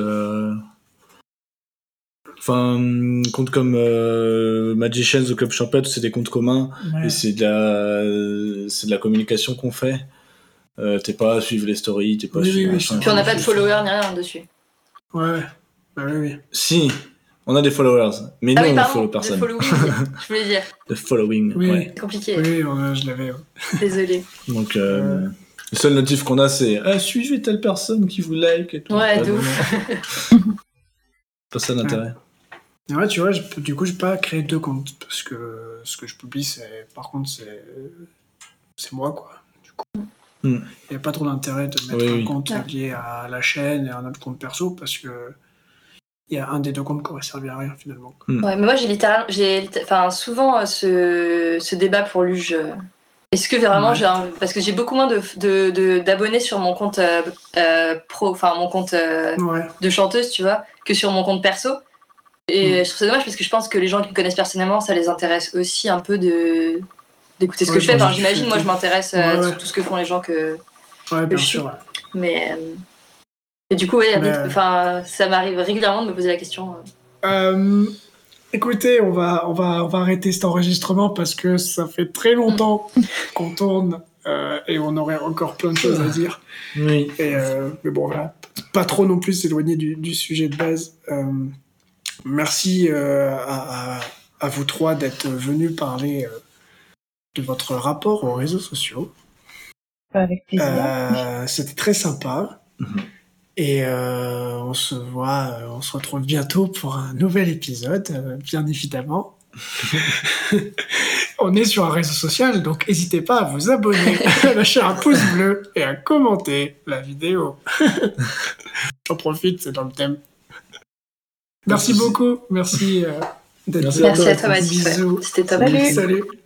S2: Enfin, comptes comme Magicians ou Club Champêtre, c'est des comptes communs et c'est de la communication qu'on fait. T'es pas à suivre les stories, t'es pas à suivre.
S3: Puis on n'a pas de followers ni rien dessus.
S1: Ouais. Bah oui.
S2: Si, on a des followers, mais nous on ne follow personne.
S3: Le following, je voulais dire.
S2: Le following,
S1: oui.
S2: Ouais.
S3: C'est compliqué.
S1: Oui, je l'avais. Ouais.
S3: Désolé.
S2: Donc, le seul notif qu'on a, c'est suivez telle personne qui vous like et tout.
S3: Ouais, de ouf.
S2: Pas ça d'intérêt.
S1: Ouais, tu vois, du coup, j'ai pas créé 2 comptes parce que ce que je publie, par contre, c'est moi, quoi. Du coup, il n'y a pas trop d'intérêt de mettre un compte lié à la chaîne et un autre compte perso parce que il y a un des 2 comptes qui aurait servi à rien finalement.
S3: Ouais, mais moi j'ai souvent ce débat pour Luge. Est-ce que vraiment parce que j'ai beaucoup moins d'abonnés sur mon compte pro, enfin mon compte de chanteuse, tu vois, que sur mon compte perso. Et je trouve ça dommage parce que je pense que les gens qui me connaissent personnellement, ça les intéresse aussi un peu d'écouter ce que je fais. Enfin, j'imagine, moi je m'intéresse à tout ce que font les gens que
S1: bien
S3: je suis.
S1: sûr.
S3: Mais et du coup, ça m'arrive régulièrement de me poser la question.
S1: Écoutez, on va arrêter cet enregistrement parce que ça fait très longtemps qu'on tourne et on aurait encore plein de choses à dire.
S2: Oui.
S1: Mais bon, voilà, pas trop non plus s'éloigner du sujet de base. Merci à vous 3 d'être venus parler de votre rapport aux réseaux sociaux.
S4: Avec plaisir.
S1: C'était très sympa. Et on se retrouve bientôt pour un nouvel épisode, bien évidemment. On est sur un réseau social, donc n'hésitez pas à vous abonner, à lâcher un pouce bleu et à commenter la vidéo. J'en profite, c'est dans le thème. Merci beaucoup, merci d'être
S3: Merci à toi,
S1: Bisous.
S3: C'était top.
S1: Salut.